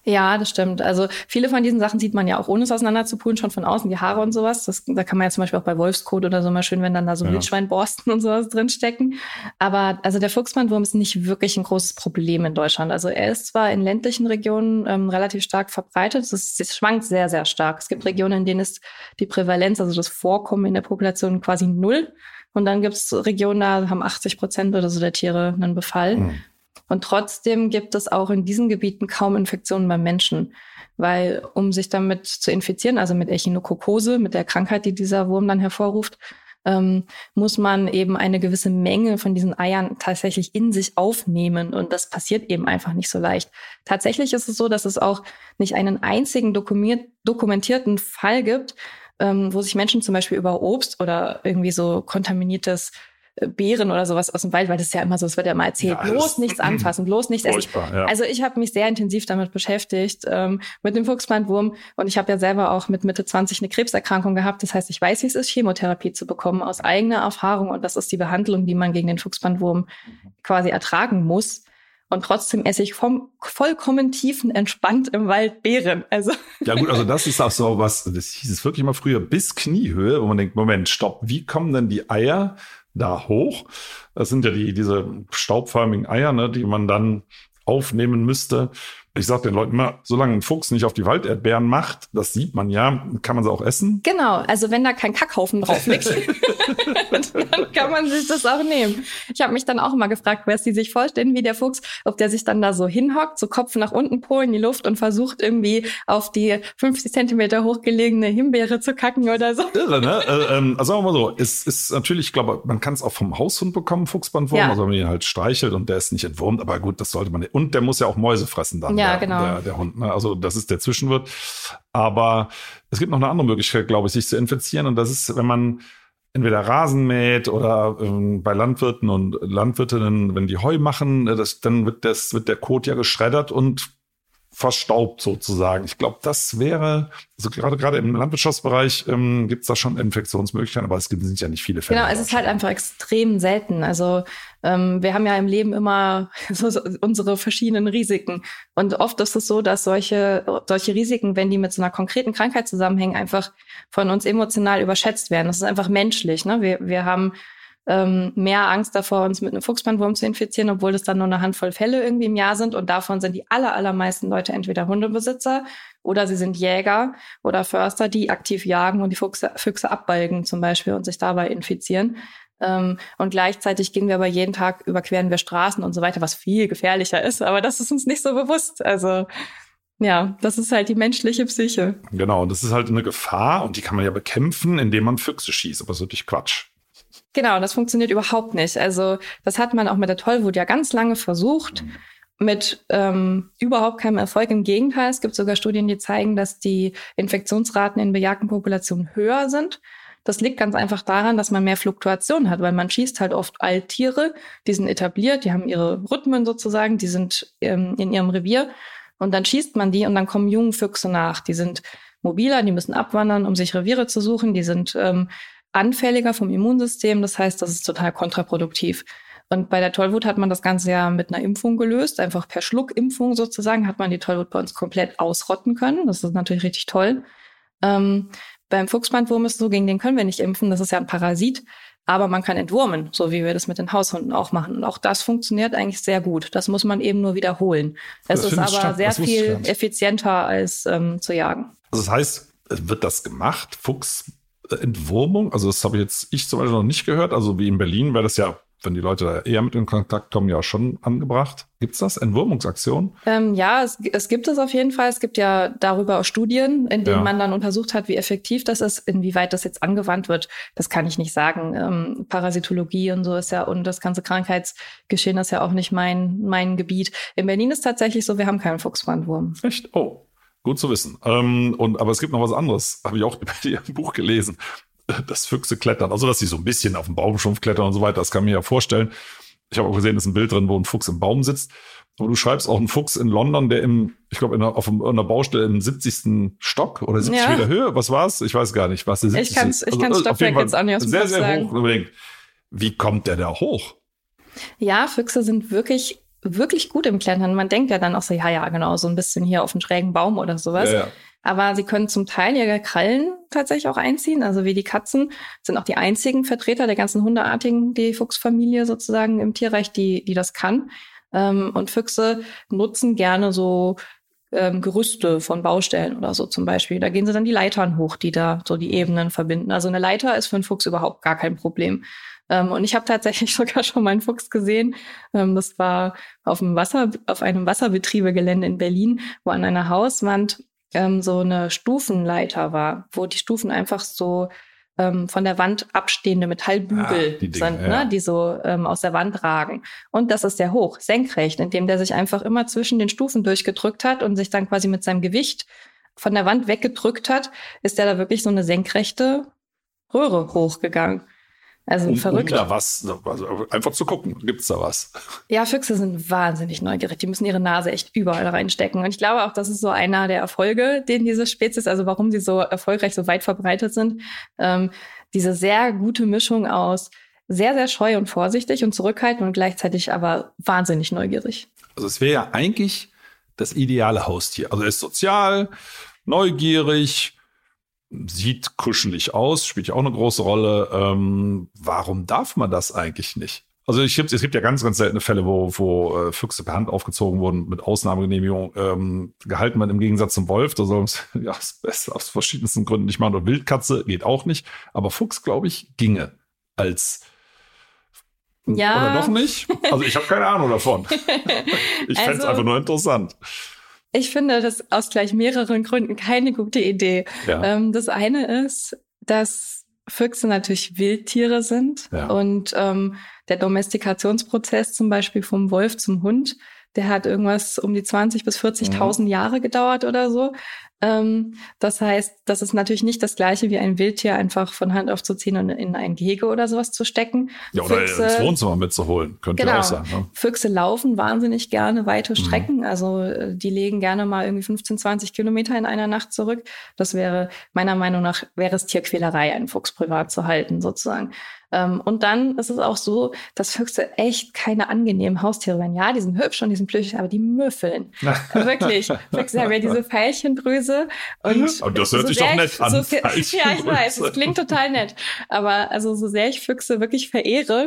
Speaker 2: Ja, das stimmt. Also viele von diesen Sachen sieht man ja auch, ohne es auseinander zu pulen, schon von außen, die Haare und sowas. Da kann man ja zum Beispiel auch bei Wolfskot oder so mal schön, wenn dann da so Wildschweinborsten und sowas drinstecken. Aber also der Fuchsbandwurm ist nicht wirklich ein großes Problem in Deutschland. Also er ist zwar in ländlichen Regionen relativ stark verbreitet. Es schwankt sehr, sehr stark. Es gibt Regionen, in denen ist die Prävalenz, also das Vorkommen in der Population quasi 0. Und dann gibt es Regionen, da haben 80% oder so der Tiere einen Befall. Mhm. Und trotzdem gibt es auch in diesen Gebieten kaum Infektionen beim Menschen, weil um sich damit zu infizieren, also mit Echinokokose, mit der Krankheit, die dieser Wurm dann hervorruft, muss man eben eine gewisse Menge von diesen Eiern tatsächlich in sich aufnehmen. Und das passiert eben einfach nicht so leicht. Tatsächlich ist es so, dass es auch nicht einen einzigen dokumentierten Fall gibt, wo sich Menschen zum Beispiel über Obst oder irgendwie so kontaminiertes Beeren oder sowas aus dem Wald, weil das ist ja immer so, es wird ja immer erzählt, bloß nichts anfassen, bloß nichts essen. Ja. Also ich habe mich sehr intensiv damit beschäftigt, mit dem Fuchsbandwurm, und ich habe ja selber auch mit Mitte 20 eine Krebserkrankung gehabt. Das heißt, ich weiß, wie es ist, Chemotherapie zu bekommen aus eigener Erfahrung, und das ist die Behandlung, die man gegen den Fuchsbandwurm quasi ertragen muss. Und trotzdem esse ich vollkommen tiefenentspannt im Wald Beeren. Also
Speaker 3: ja gut, also das ist auch so was, das hieß es wirklich mal früher, bis Kniehöhe, wo man denkt, Moment, stopp, wie kommen denn die Eier da hoch? Das sind ja diese staubförmigen Eier, ne, die man dann aufnehmen müsste. Ich sage den Leuten immer, solange ein Fuchs nicht auf die Walderdbeeren macht, das sieht man ja, kann man sie auch essen.
Speaker 2: Genau, also wenn da kein Kackhaufen drauf liegt, dann kann man sich das auch nehmen. Ich habe mich dann auch immer gefragt, wer die sich vorstellen wie der Fuchs, ob der sich dann da so hinhockt, so Kopf nach unten, Po in die Luft und versucht irgendwie auf die 50 Zentimeter hochgelegene Himbeere zu kacken oder so.
Speaker 3: Irre, ne? Also sagen wir mal so, es ist natürlich, ich glaube, man kann es auch vom Haushund bekommen, Fuchsbandwurm, also wenn man ihn halt streichelt und der ist nicht entwurmt, aber gut, das sollte man nicht. Und der muss ja auch Mäuse fressen dann.
Speaker 2: Ja, genau.
Speaker 3: Der Hund, ne? Also das ist der Zwischenwirt. Aber es gibt noch eine andere Möglichkeit, glaube ich, sich zu infizieren. Und das ist, wenn man entweder Rasen mäht oder bei Landwirten und Landwirtinnen, wenn die Heu machen, dann wird der Kot ja geschreddert und verstaubt sozusagen. Ich glaube, das wäre, also gerade im Landwirtschaftsbereich gibt es da schon Infektionsmöglichkeiten, aber sind ja nicht viele Fälle.
Speaker 2: Genau, es ist halt einfach extrem selten. Also wir haben ja im Leben immer so unsere verschiedenen Risiken. Und oft ist es so, dass solche Risiken, wenn die mit so einer konkreten Krankheit zusammenhängen, einfach von uns emotional überschätzt werden. Das ist einfach menschlich, ne? Wir haben mehr Angst davor, uns mit einem Fuchsbandwurm zu infizieren, obwohl das dann nur eine Handvoll Fälle irgendwie im Jahr sind. Und davon sind die allermeisten Leute entweder Hundebesitzer oder sie sind Jäger oder Förster, die aktiv jagen und die Füchse abbalgen zum Beispiel und sich dabei infizieren. Und gleichzeitig gehen wir aber jeden Tag, überqueren wir Straßen und so weiter, was viel gefährlicher ist. Aber das ist uns nicht so bewusst. Also ja, das ist halt die menschliche Psyche.
Speaker 3: Genau, und das ist halt eine Gefahr und die kann man ja bekämpfen, indem man Füchse schießt. Aber das ist natürlich Quatsch.
Speaker 2: Genau, das funktioniert überhaupt nicht. Also das hat man auch mit der Tollwut ja ganz lange versucht, mit überhaupt keinem Erfolg. Im Gegenteil, es gibt sogar Studien, die zeigen, dass die Infektionsraten in bejagten Populationen höher sind. Das liegt ganz einfach daran, dass man mehr Fluktuation hat, weil man schießt halt oft Alttiere, die sind etabliert, die haben ihre Rhythmen sozusagen, die sind in ihrem Revier, und dann schießt man die und dann kommen junge Füchse nach. Die sind mobiler, die müssen abwandern, um sich Reviere zu suchen, die sind anfälliger vom Immunsystem, das heißt, das ist total kontraproduktiv. Und bei der Tollwut hat man das Ganze ja mit einer Impfung gelöst, einfach per Schluckimpfung sozusagen hat man die Tollwut bei uns komplett ausrotten können. Das ist natürlich richtig toll. Beim Fuchsbandwurm ist es so, gegen den können wir nicht impfen, das ist ja ein Parasit, aber man kann entwurmen, so wie wir das mit den Haushunden auch machen. Und auch das funktioniert eigentlich sehr gut. Das muss man eben nur wiederholen. Es ist aber sehr viel effizienter als zu jagen.
Speaker 3: Also das heißt, wird das gemacht, Fuchsentwurmung? Also das habe ich zum Beispiel noch nicht gehört. Also wie in Berlin wäre das ja, wenn die Leute da eher mit in Kontakt kommen, ja schon angebracht. Gibt's das? Entwurmungsaktionen?
Speaker 2: Ja, es gibt es auf jeden Fall. Es gibt ja darüber auch Studien, in denen man dann untersucht hat, wie effektiv das ist, inwieweit das jetzt angewandt wird. Das kann ich nicht sagen. Parasitologie und so ist ja, und das ganze Krankheitsgeschehen ist ja auch nicht mein Gebiet. In Berlin ist tatsächlich so, wir haben keinen Fuchsbandwurm.
Speaker 3: Echt? Oh, gut zu wissen. Aber es gibt noch was anderes. Habe ich auch bei dir im Buch gelesen. Dass Füchse klettern, also dass sie so ein bisschen auf dem Baumstumpf klettern und so weiter, das kann man mir ja vorstellen. Ich habe auch gesehen, es ist ein Bild drin, wo ein Fuchs im Baum sitzt. Aber du schreibst auch einen Fuchs in London, der auf einer Baustelle im 70. Stock oder 70 Meter Höhe, was war es? Ich weiß gar nicht, was der 70.
Speaker 2: Ich kann Stockwerk jetzt auch nicht aus dem
Speaker 3: Sehr,
Speaker 2: Kopf
Speaker 3: sehr
Speaker 2: sagen.
Speaker 3: hoch. Wie kommt der da hoch?
Speaker 2: Ja, Füchse sind wirklich wirklich gut im Klettern. Man denkt ja dann auch so, ja, genau, so ein bisschen hier auf einen schrägen Baum oder sowas.
Speaker 3: Ja.
Speaker 2: Aber sie können zum Teil ihre Krallen tatsächlich auch einziehen. Also wie die Katzen sind auch die einzigen Vertreter der ganzen Hundeartigen, die Fuchsfamilie sozusagen im Tierreich, die das kann. Und Füchse nutzen gerne so Gerüste von Baustellen oder so zum Beispiel. Da gehen sie dann die Leitern hoch, die da so die Ebenen verbinden. Also eine Leiter ist für einen Fuchs überhaupt gar kein Problem. Und ich habe tatsächlich sogar schon mal einen Fuchs gesehen. Das war auf einem Wasserbetriebegelände in Berlin, wo an einer Hauswand so eine Stufenleiter war, wo die Stufen einfach so von der Wand abstehende Metallbügel sind, ne, die so aus der Wand ragen. Und das ist sehr hoch, senkrecht, indem der sich einfach immer zwischen den Stufen durchgedrückt hat und sich dann quasi mit seinem Gewicht von der Wand weggedrückt hat, ist der da wirklich so eine senkrechte Röhre hochgegangen. Also verrückt.
Speaker 3: Um da was, also einfach zu gucken, gibt's da was?
Speaker 2: Ja, Füchse sind wahnsinnig neugierig. Die müssen ihre Nase echt überall reinstecken. Und ich glaube auch, das ist so einer der Erfolge, den diese Spezies, also warum sie so erfolgreich, so weit verbreitet sind. Diese sehr gute Mischung aus sehr, sehr scheu und vorsichtig und zurückhaltend und gleichzeitig aber wahnsinnig neugierig.
Speaker 3: Also es wäre ja eigentlich das ideale Haustier. Also er ist sozial, neugierig, sieht kuschelig aus, spielt ja auch eine große Rolle. Warum darf man das eigentlich nicht? Also es gibt ja ganz, ganz seltene Fälle, wo Füchse per Hand aufgezogen wurden, mit Ausnahmegenehmigung gehalten werden, im Gegensatz zum Wolf. Da soll man ja das Beste aus verschiedensten Gründen nicht machen. Und Wildkatze geht auch nicht. Aber Fuchs, glaube ich, ginge als...
Speaker 2: Ja.
Speaker 3: Oder doch nicht? Also ich habe keine Ahnung davon. Ich fände es einfach nur interessant.
Speaker 2: Ich finde das aus gleich mehreren Gründen keine gute Idee.
Speaker 3: Ja.
Speaker 2: Das eine ist, dass Füchse natürlich Wildtiere sind und der Domestikationsprozess zum Beispiel vom Wolf zum Hund, der hat irgendwas um die 20.000 bis 40.000 Jahre gedauert oder so. Das heißt, das ist natürlich nicht das Gleiche wie ein Wildtier einfach von Hand aufzuziehen und in ein Gehege oder sowas zu stecken.
Speaker 3: Ja, oder Füchse, ins Wohnzimmer mitzuholen, könnte ja auch sein. Ne?
Speaker 2: Füchse laufen wahnsinnig gerne weite Strecken. Also die legen gerne mal irgendwie 15, 20 Kilometer in einer Nacht zurück. Das wäre, meiner Meinung nach, wäre es Tierquälerei, einen Fuchs privat zu halten sozusagen. Und dann ist es auch so, dass Füchse echt keine angenehmen Haustiere werden. Ja, die sind hübsch und die sind plüschig, aber die müffeln. Wirklich. Füchse haben ja diese Veilchendrüse. Und
Speaker 3: das hört sich doch nett an.
Speaker 2: Ja, ich weiß, es klingt total nett. Aber also so sehr ich Füchse wirklich verehre,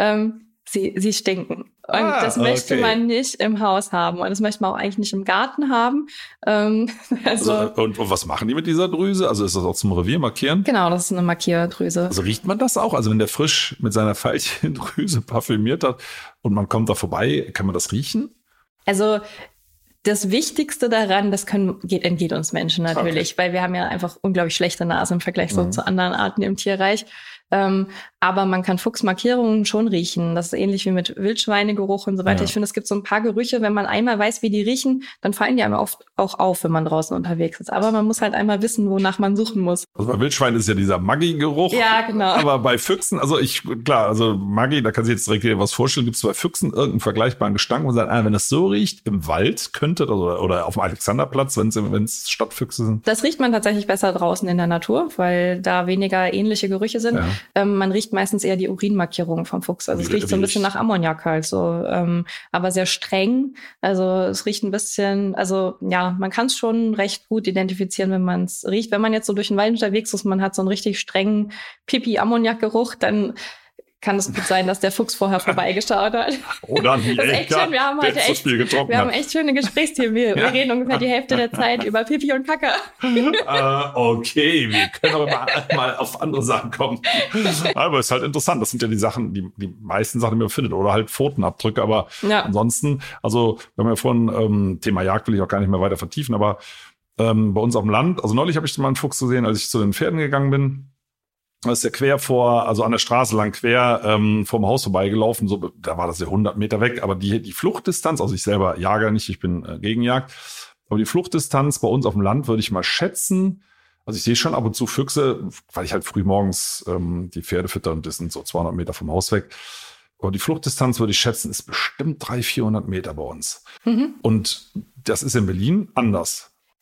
Speaker 2: sie stinken. Und das möchte man nicht im Haus haben. Und das möchte man auch eigentlich nicht im Garten haben.
Speaker 3: Und was machen die mit dieser Drüse? Also ist das auch zum Revier markieren?
Speaker 2: Genau, das ist eine Markierdrüse.
Speaker 3: Also riecht man das auch? Also wenn der frisch mit seiner Veilchendrüse parfümiert hat und man kommt da vorbei, kann man das riechen?
Speaker 2: Also das Wichtigste daran, das entgeht uns Menschen natürlich, weil wir haben ja einfach unglaublich schlechte Nase im Vergleich so zu anderen Arten im Tierreich. Aber man kann Fuchsmarkierungen schon riechen. Das ist ähnlich wie mit Wildschweinegeruch und so weiter. Ja. Ich finde, es gibt so ein paar Gerüche, wenn man einmal weiß, wie die riechen, dann fallen die einem oft auch auf, wenn man draußen unterwegs ist. Aber man muss halt einmal wissen, wonach man suchen muss.
Speaker 3: Also bei Wildschweinen ist ja dieser Maggi-Geruch.
Speaker 2: Ja, genau.
Speaker 3: Aber bei Füchsen, also Maggi, da kann sich jetzt direkt was vorstellen, gibt es bei Füchsen irgendeinen vergleichbaren Gestank und sagt, wenn es so riecht, im Wald könnte, oder auf dem Alexanderplatz, wenn es Stadtfüchse sind.
Speaker 2: Das riecht man tatsächlich besser draußen in der Natur, weil da weniger ähnliche Gerüche sind. Ja. Man riecht meistens eher die Urinmarkierung vom Fuchs. Also es riecht so ein bisschen nach Ammoniak halt so, aber sehr streng. Also es riecht ein bisschen, also ja, man kann es schon recht gut identifizieren, wenn man es riecht. Wenn man jetzt so durch den Wald unterwegs ist, man hat so einen richtig strengen Pipi-Ammoniak-Geruch, dann kann es gut sein, dass der Fuchs vorher vorbeigeschaut hat.
Speaker 3: Oder ein Jäger,
Speaker 2: wir haben echt schöne Gesprächsthemen. Wir reden ungefähr die Hälfte der Zeit über Pipi und Kacke.
Speaker 3: Okay, wir können aber mal auf andere Sachen kommen. Aber es ist halt interessant. Das sind ja die Sachen, die meisten Sachen, die man findet. Oder halt Pfotenabdrücke. Aber ansonsten, also wir haben ja vorhin, Thema Jagd will ich auch gar nicht mehr weiter vertiefen, aber bei uns auf dem Land, also neulich habe ich mal einen Fuchs gesehen, als ich zu den Pferden gegangen bin. Da ist der an der Straße lang vorm Haus vorbeigelaufen. So, da war das ja 100 Meter weg. Aber die Fluchtdistanz, also ich selber jage nicht, ich bin gegen Jagd. Aber die Fluchtdistanz bei uns auf dem Land würde ich mal schätzen. Also ich sehe schon ab und zu Füchse, weil ich halt früh morgens die Pferde fütter und das sind so 200 Meter vom Haus weg. Aber die Fluchtdistanz würde ich schätzen, ist bestimmt 300-400 Meter bei uns. Und das ist in Berlin anders.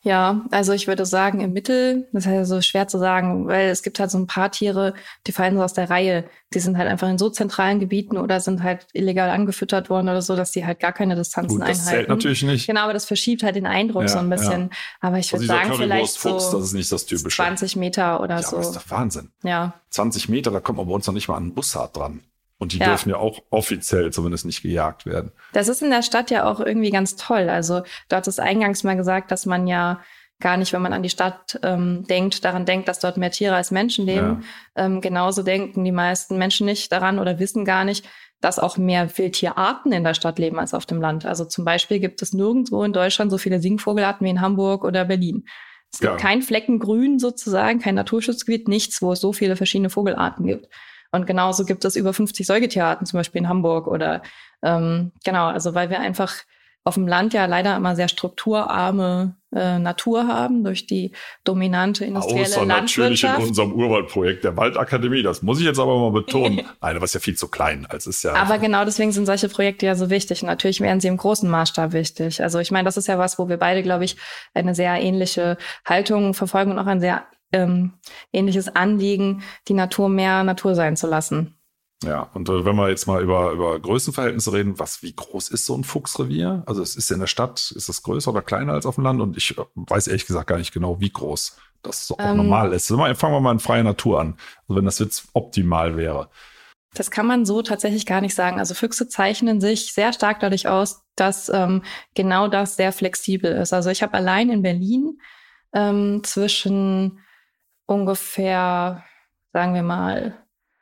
Speaker 2: Ja, also ich würde sagen, im Mittel, das ist halt so schwer zu sagen, weil es gibt halt so ein paar Tiere, die fallen so aus der Reihe. Die sind halt einfach in so zentralen Gebieten oder sind halt illegal angefüttert worden oder so, dass die halt gar keine Distanzen einhalten.
Speaker 3: Das zählt natürlich nicht.
Speaker 2: Genau, aber das verschiebt halt den Eindruck so ein bisschen. Ja. Aber ich würde sagen, vielleicht
Speaker 3: Fuchs, das ist nicht das Typische.
Speaker 2: 20 Meter oder so.
Speaker 3: Ja, das ist doch Wahnsinn.
Speaker 2: Ja.
Speaker 3: 20 Meter, da kommt man bei uns noch nicht mal an einen Bussard dran. Und die dürfen ja auch offiziell zumindest nicht gejagt werden.
Speaker 2: Das ist in der Stadt ja auch irgendwie ganz toll. Also du hattest eingangs mal gesagt, dass man ja gar nicht, wenn man an die Stadt denkt, daran denkt, dass dort mehr Tiere als Menschen leben. Ja. Genauso denken die meisten Menschen nicht daran oder wissen gar nicht, dass auch mehr Wildtierarten in der Stadt leben als auf dem Land. Also zum Beispiel gibt es nirgendwo in Deutschland so viele Singvogelarten wie in Hamburg oder Berlin. Es gibt kein Flecken grün sozusagen, kein Naturschutzgebiet, nichts, wo es so viele verschiedene Vogelarten gibt. Und genauso gibt es über 50 Säugetierarten, zum Beispiel in Hamburg oder also weil wir einfach auf dem Land ja leider immer sehr strukturarme Natur haben durch die dominante industrielle Landwirtschaft.
Speaker 3: Natürlich in unserem Urwaldprojekt der Waldakademie, das muss ich jetzt aber mal betonen. Nein, was ja viel zu klein, als ist ja.
Speaker 2: Aber genau deswegen sind solche Projekte ja so wichtig. Und natürlich wären sie im großen Maßstab wichtig. Also ich meine, das ist ja was, wo wir beide, glaube ich, eine sehr ähnliche Haltung verfolgen und auch ein sehr ähnliches Anliegen, die Natur mehr Natur sein zu lassen.
Speaker 3: Ja, und wenn wir jetzt mal über Größenverhältnisse reden, wie groß ist so ein Fuchsrevier? Also es ist in der Stadt, ist es größer oder kleiner als auf dem Land? Und ich weiß ehrlich gesagt gar nicht genau, wie groß das so auch normal ist. Fangen wir mal in freier Natur an, also wenn das jetzt optimal wäre.
Speaker 2: Das kann man so tatsächlich gar nicht sagen. Also Füchse zeichnen sich sehr stark dadurch aus, dass genau das sehr flexibel ist. Also ich habe allein in Berlin zwischen ungefähr, sagen wir mal,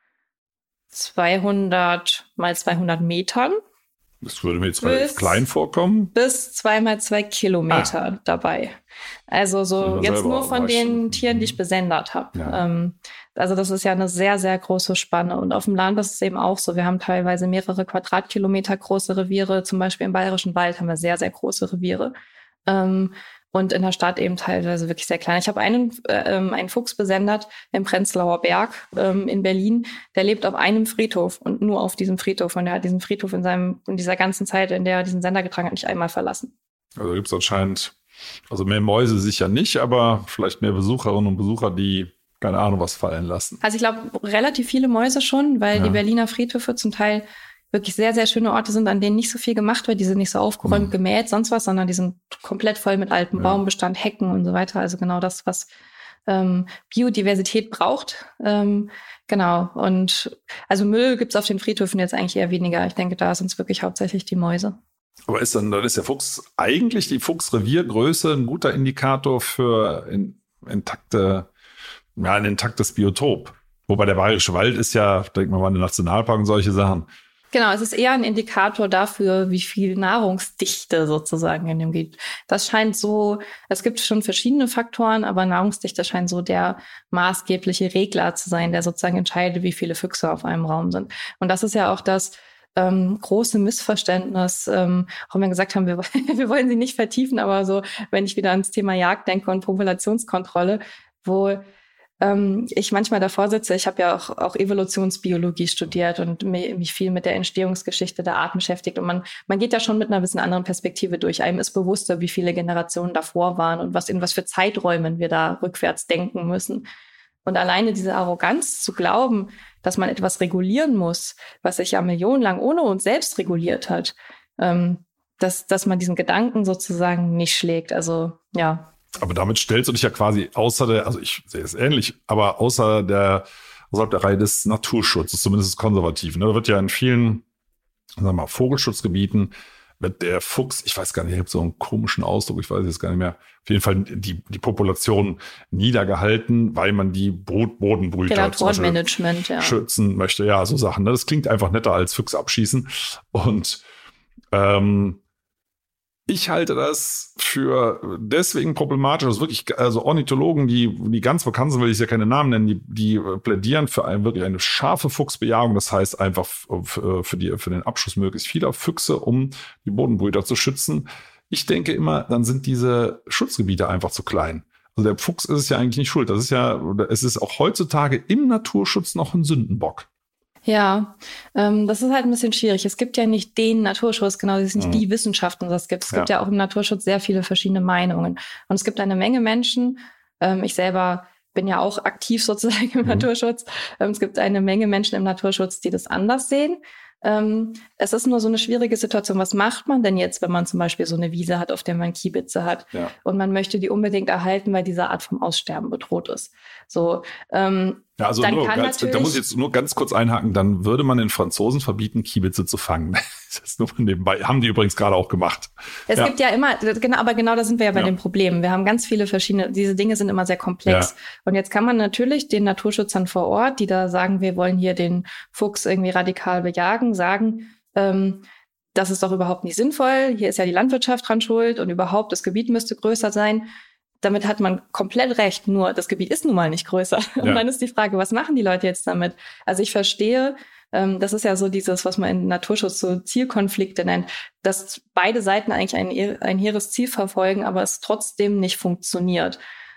Speaker 2: 200 mal 200 Metern.
Speaker 3: Das würde mir jetzt relativ klein vorkommen.
Speaker 2: Bis 2 mal 2 Kilometer dabei. Also so jetzt nur von den Tieren, die ich besendet habe. Ja. Also das ist ja eine sehr, sehr große Spanne. Und auf dem Land ist es eben auch so. Wir haben teilweise mehrere Quadratkilometer große Reviere. Zum Beispiel im Bayerischen Wald haben wir sehr, sehr große Reviere. Und in der Stadt eben teilweise wirklich sehr klein. Ich habe einen Fuchs besendet im Prenzlauer Berg in Berlin. Der lebt auf einem Friedhof und nur auf diesem Friedhof. Und der hat diesen Friedhof in dieser ganzen Zeit, in der er diesen Sender getragen hat, nicht einmal verlassen.
Speaker 3: Also gibt es anscheinend, also mehr Mäuse sicher nicht, aber vielleicht mehr Besucherinnen und Besucher, die keine Ahnung was fallen lassen.
Speaker 2: Also ich glaube, relativ viele Mäuse schon, weil die Berliner Friedhöfe zum Teil wirklich sehr, sehr schöne Orte sind, an denen nicht so viel gemacht wird. Die sind nicht so aufgeräumt, gemäht, sonst was, sondern die sind komplett voll mit altem Baumbestand, Hecken und so weiter. Also genau das, was Biodiversität braucht. Genau. Und also Müll gibt's auf den Friedhöfen jetzt eigentlich eher weniger. Ich denke, da sind es wirklich hauptsächlich die Mäuse.
Speaker 3: Aber dann ist der Fuchs eigentlich die Fuchsreviergröße ein guter Indikator für ein intaktes Biotop. Wobei der Bayerische Wald ist ja, denkt man mal, ein Nationalpark und solche Sachen.
Speaker 2: Genau, es ist eher ein Indikator dafür, wie viel Nahrungsdichte sozusagen in dem gibt. Das scheint so, es gibt schon verschiedene Faktoren, aber Nahrungsdichte scheint so der maßgebliche Regler zu sein, der sozusagen entscheidet, wie viele Füchse auf einem Raum sind. Und das ist ja auch das große Missverständnis, auch wenn wir gesagt haben, wir wollen sie nicht vertiefen, aber so, wenn ich wieder ans Thema Jagd denke und Populationskontrolle, wo ich manchmal davor sitze, ich habe ja auch Evolutionsbiologie studiert und mich viel mit der Entstehungsgeschichte der Arten beschäftigt. Und man geht ja schon mit einer bisschen anderen Perspektive durch. Einem ist bewusster, wie viele Generationen davor waren und in was für Zeiträumen wir da rückwärts denken müssen. Und alleine diese Arroganz zu glauben, dass man etwas regulieren muss, was sich ja millionenlang ohne uns selbst reguliert hat, dass man diesen Gedanken sozusagen nicht schlägt. Also ja.
Speaker 3: Aber damit stellst du dich ja quasi also ich sehe es ähnlich, aber außerhalb der Reihe des Naturschutzes, zumindest des Konservativen. Da wird ja in vielen, sagen wir mal, Vogelschutzgebieten wird der Fuchs, ich weiß gar nicht, ich habe so einen komischen Ausdruck, ich weiß jetzt gar nicht mehr, auf jeden Fall die Population niedergehalten, weil man die Bodenbrüter schützen möchte. Ja, so Sachen. Das klingt einfach netter als Füchse abschießen. Und ich halte das für deswegen problematisch, dass wirklich, also Ornithologen, die ganz bekannt sind, will ich ja keine Namen nennen, die plädieren für wirklich eine scharfe Fuchsbejagung. Das heißt einfach für den Abschuss möglichst vieler Füchse, um die Bodenbrüter zu schützen. Ich denke immer, dann sind diese Schutzgebiete einfach zu klein. Also der Fuchs ist es ja eigentlich nicht schuld. Es ist auch heutzutage im Naturschutz noch ein Sündenbock.
Speaker 2: Ja, das ist halt ein bisschen schwierig. Es gibt ja nicht den Naturschutz, genau, es ist nicht die Wissenschaften, das gibt. Es gibt ja auch im Naturschutz sehr viele verschiedene Meinungen. Und es gibt eine Menge Menschen, ich selber bin ja auch aktiv sozusagen im Naturschutz. Es gibt eine Menge Menschen im Naturschutz, die das anders sehen. Es ist nur so eine schwierige Situation. Was macht man denn jetzt, wenn man zum Beispiel so eine Wiese hat, auf der man Kiebitze hat und man möchte die unbedingt erhalten, weil diese Art vom Aussterben bedroht ist? So,
Speaker 3: also
Speaker 2: dann
Speaker 3: da muss ich jetzt nur ganz kurz einhaken, dann würde man den Franzosen verbieten, Kiebitze zu fangen. Das ist nur nebenbei. Haben die übrigens gerade auch gemacht.
Speaker 2: Es gibt ja immer, aber genau da sind wir ja bei den Problemen. Wir haben ganz viele verschiedene, diese Dinge sind immer sehr komplex. Und jetzt kann man natürlich den Naturschützern vor Ort, die da sagen, wir wollen hier den Fuchs irgendwie radikal bejagen, sagen, das ist doch überhaupt nicht sinnvoll. Hier ist ja die Landwirtschaft dran schuld und überhaupt das Gebiet müsste größer sein. Damit hat man komplett recht, nur das Gebiet ist nun mal nicht größer. Und dann ist die Frage, was machen die Leute jetzt damit? Also ich verstehe, das ist ja so dieses, was man in Naturschutz so Zielkonflikte nennt, dass beide Seiten eigentlich ein hehres Ziel verfolgen, aber es trotzdem nicht funktioniert.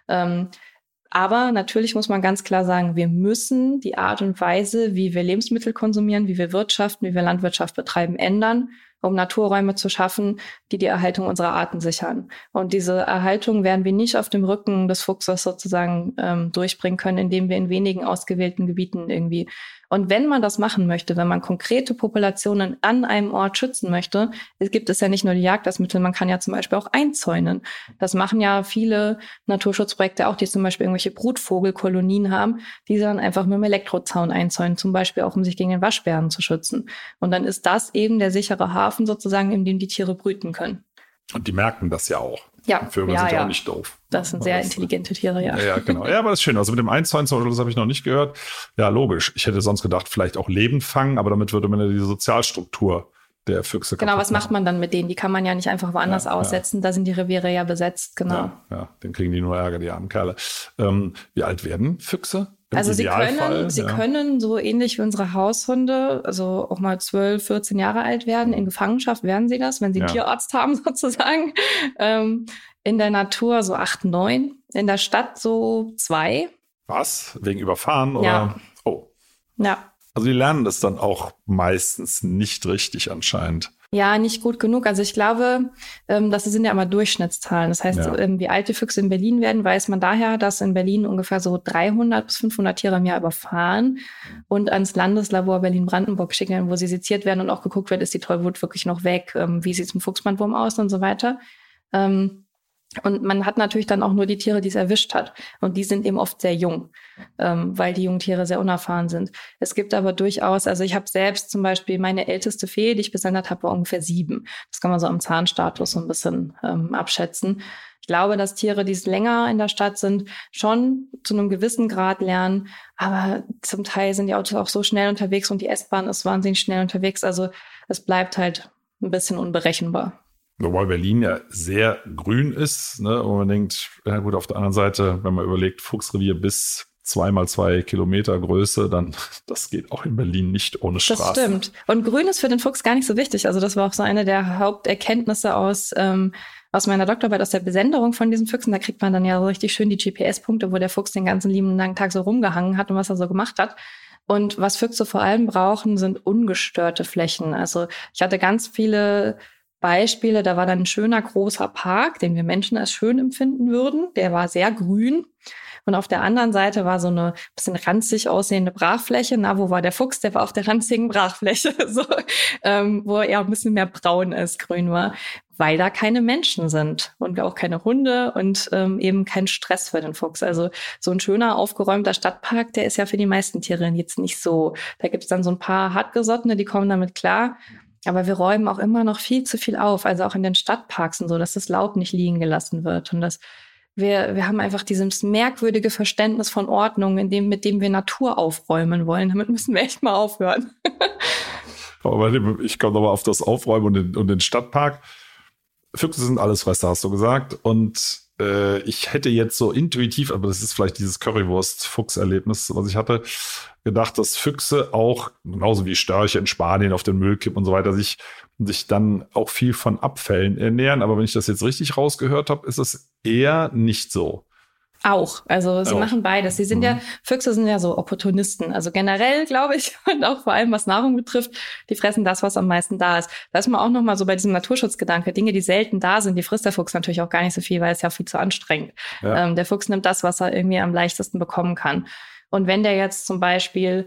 Speaker 2: Aber natürlich muss man ganz klar sagen, wir müssen die Art und Weise, wie wir Lebensmittel konsumieren, wie wir wirtschaften, wie wir Landwirtschaft betreiben, ändern, um Naturräume zu schaffen, die die Erhaltung unserer Arten sichern. Und diese Erhaltung werden wir nicht auf dem Rücken des Fuchses sozusagen durchbringen können, indem wir in wenigen ausgewählten Gebieten irgendwie. Und wenn man das machen möchte, wenn man konkrete Populationen an einem Ort schützen möchte, gibt es ja nicht nur die Jagd als Mittel, man kann ja zum Beispiel auch einzäunen. Das machen ja viele Naturschutzprojekte auch, die zum Beispiel irgendwelche Brutvogelkolonien haben, die dann einfach mit dem Elektrozaun einzäunen, zum Beispiel auch, um sich gegen den Waschbären zu schützen. Und dann ist das eben der sichere Hafen sozusagen, in dem die Tiere brüten können.
Speaker 3: Und die merken das ja auch.
Speaker 2: Ja,
Speaker 3: Vögel sind ja auch nicht doof.
Speaker 2: Das sind sehr intelligente Tiere, ja.
Speaker 3: Ja, genau. Ja, aber das ist schön. Also mit dem Einzäunen, das habe ich noch nicht gehört. Ja, logisch. Ich hätte sonst gedacht, vielleicht auch Leben fangen, aber damit würde man ja diese Sozialstruktur der Füchse
Speaker 2: Genau, was macht man dann mit denen? Die kann man ja nicht einfach woanders aussetzen. Da sind die Reviere ja besetzt, genau.
Speaker 3: Ja, dann kriegen die nur Ärger, die armen Kerle. Wie alt werden Füchse?
Speaker 2: Also sie können so ähnlich wie unsere Haushunde, also auch mal 12, 14 Jahre alt werden. In Gefangenschaft werden sie das, wenn sie einen Tierarzt haben sozusagen. In der Natur so 8, 9. In der Stadt so 2.
Speaker 3: Was? Wegen Überfahren? Oder?
Speaker 2: Ja.
Speaker 3: Oh.
Speaker 2: Ja.
Speaker 3: Also die lernen das dann auch meistens nicht richtig anscheinend.
Speaker 2: Ja, nicht gut genug. Also ich glaube, das sind ja immer Durchschnittszahlen. Das heißt, wie alt die Füchse in Berlin werden, weiß man daher, dass in Berlin ungefähr so 300 bis 500 Tiere im Jahr überfahren und ans Landeslabor Berlin-Brandenburg geschickt werden, wo sie seziert werden und auch geguckt wird, ist die Tollwut wirklich noch weg, wie sieht es mit Fuchsbandwurm aus und so weiter. Und man hat natürlich dann auch nur die Tiere, die es erwischt hat. Und die sind eben oft sehr jung, weil die jungen Tiere sehr unerfahren sind. Es gibt aber durchaus, also ich habe selbst zum Beispiel meine älteste Fee, die ich besendet habe, war ungefähr 7. Das kann man so am Zahnstatus so ein bisschen abschätzen. Ich glaube, dass Tiere, die länger in der Stadt sind, schon zu einem gewissen Grad lernen. Aber zum Teil sind die Autos auch so schnell unterwegs und die S-Bahn ist wahnsinnig schnell unterwegs. Also es bleibt halt ein bisschen unberechenbar.
Speaker 3: Wobei Berlin ja sehr grün ist, ne? Und man denkt, ja gut, auf der anderen Seite, wenn man überlegt, Fuchsrevier bis 2x2 Kilometer Größe, dann das geht auch in Berlin nicht ohne Straße.
Speaker 2: Das stimmt. Und grün ist für den Fuchs gar nicht so wichtig. Also das war auch so eine der Haupterkenntnisse aus meiner Doktorarbeit, aus der Besenderung von diesen Füchsen. Da kriegt man dann ja so richtig schön die GPS-Punkte, wo der Fuchs den ganzen lieben langen Tag so rumgehangen hat und was er so gemacht hat. Und was Füchse vor allem brauchen, sind ungestörte Flächen. Also ich hatte ganz viele Beispiele, da war dann ein schöner großer Park, den wir Menschen als schön empfinden würden. Der war sehr grün. Und auf der anderen Seite war so eine bisschen ranzig aussehende Brachfläche. Na, wo war der Fuchs? Der war auf der ranzigen Brachfläche, so, wo er ein bisschen mehr braun als grün war, weil da keine Menschen sind und auch keine Hunde und eben kein Stress für den Fuchs. Also so ein schöner, aufgeräumter Stadtpark, der ist ja für die meisten Tiere jetzt nicht so. Da gibt es dann so ein paar Hartgesottene, die kommen damit klar. Aber wir räumen auch immer noch viel zu viel auf, also auch in den Stadtparks und so, dass das Laub nicht liegen gelassen wird. Und dass wir haben einfach dieses merkwürdige Verständnis von Ordnung, mit dem wir Natur aufräumen wollen. Damit müssen wir echt mal aufhören.
Speaker 3: Aber ich komme nochmal auf das Aufräumen und den Stadtpark. Füchse sind Allesfresser, hast du gesagt. Und ich hätte jetzt so intuitiv, aber das ist vielleicht dieses Currywurst-Fuchs-Erlebnis, was ich hatte, gedacht, dass Füchse auch, genauso wie Störche in Spanien auf den Müll kippen und so weiter, sich dann auch viel von Abfällen ernähren. Aber wenn ich das jetzt richtig rausgehört habe, ist es eher nicht so.
Speaker 2: Auch. Also sie machen beides. Sie sind Füchse sind ja so Opportunisten. Also generell, glaube ich, und auch vor allem was Nahrung betrifft, die fressen das, was am meisten da ist. Da ist man auch nochmal so bei diesem Naturschutzgedanke. Dinge, die selten da sind, die frisst der Fuchs natürlich auch gar nicht so viel, weil es ja viel zu anstrengend. Ja. Der Fuchs nimmt das, was er irgendwie am leichtesten bekommen kann. Und wenn der jetzt zum Beispiel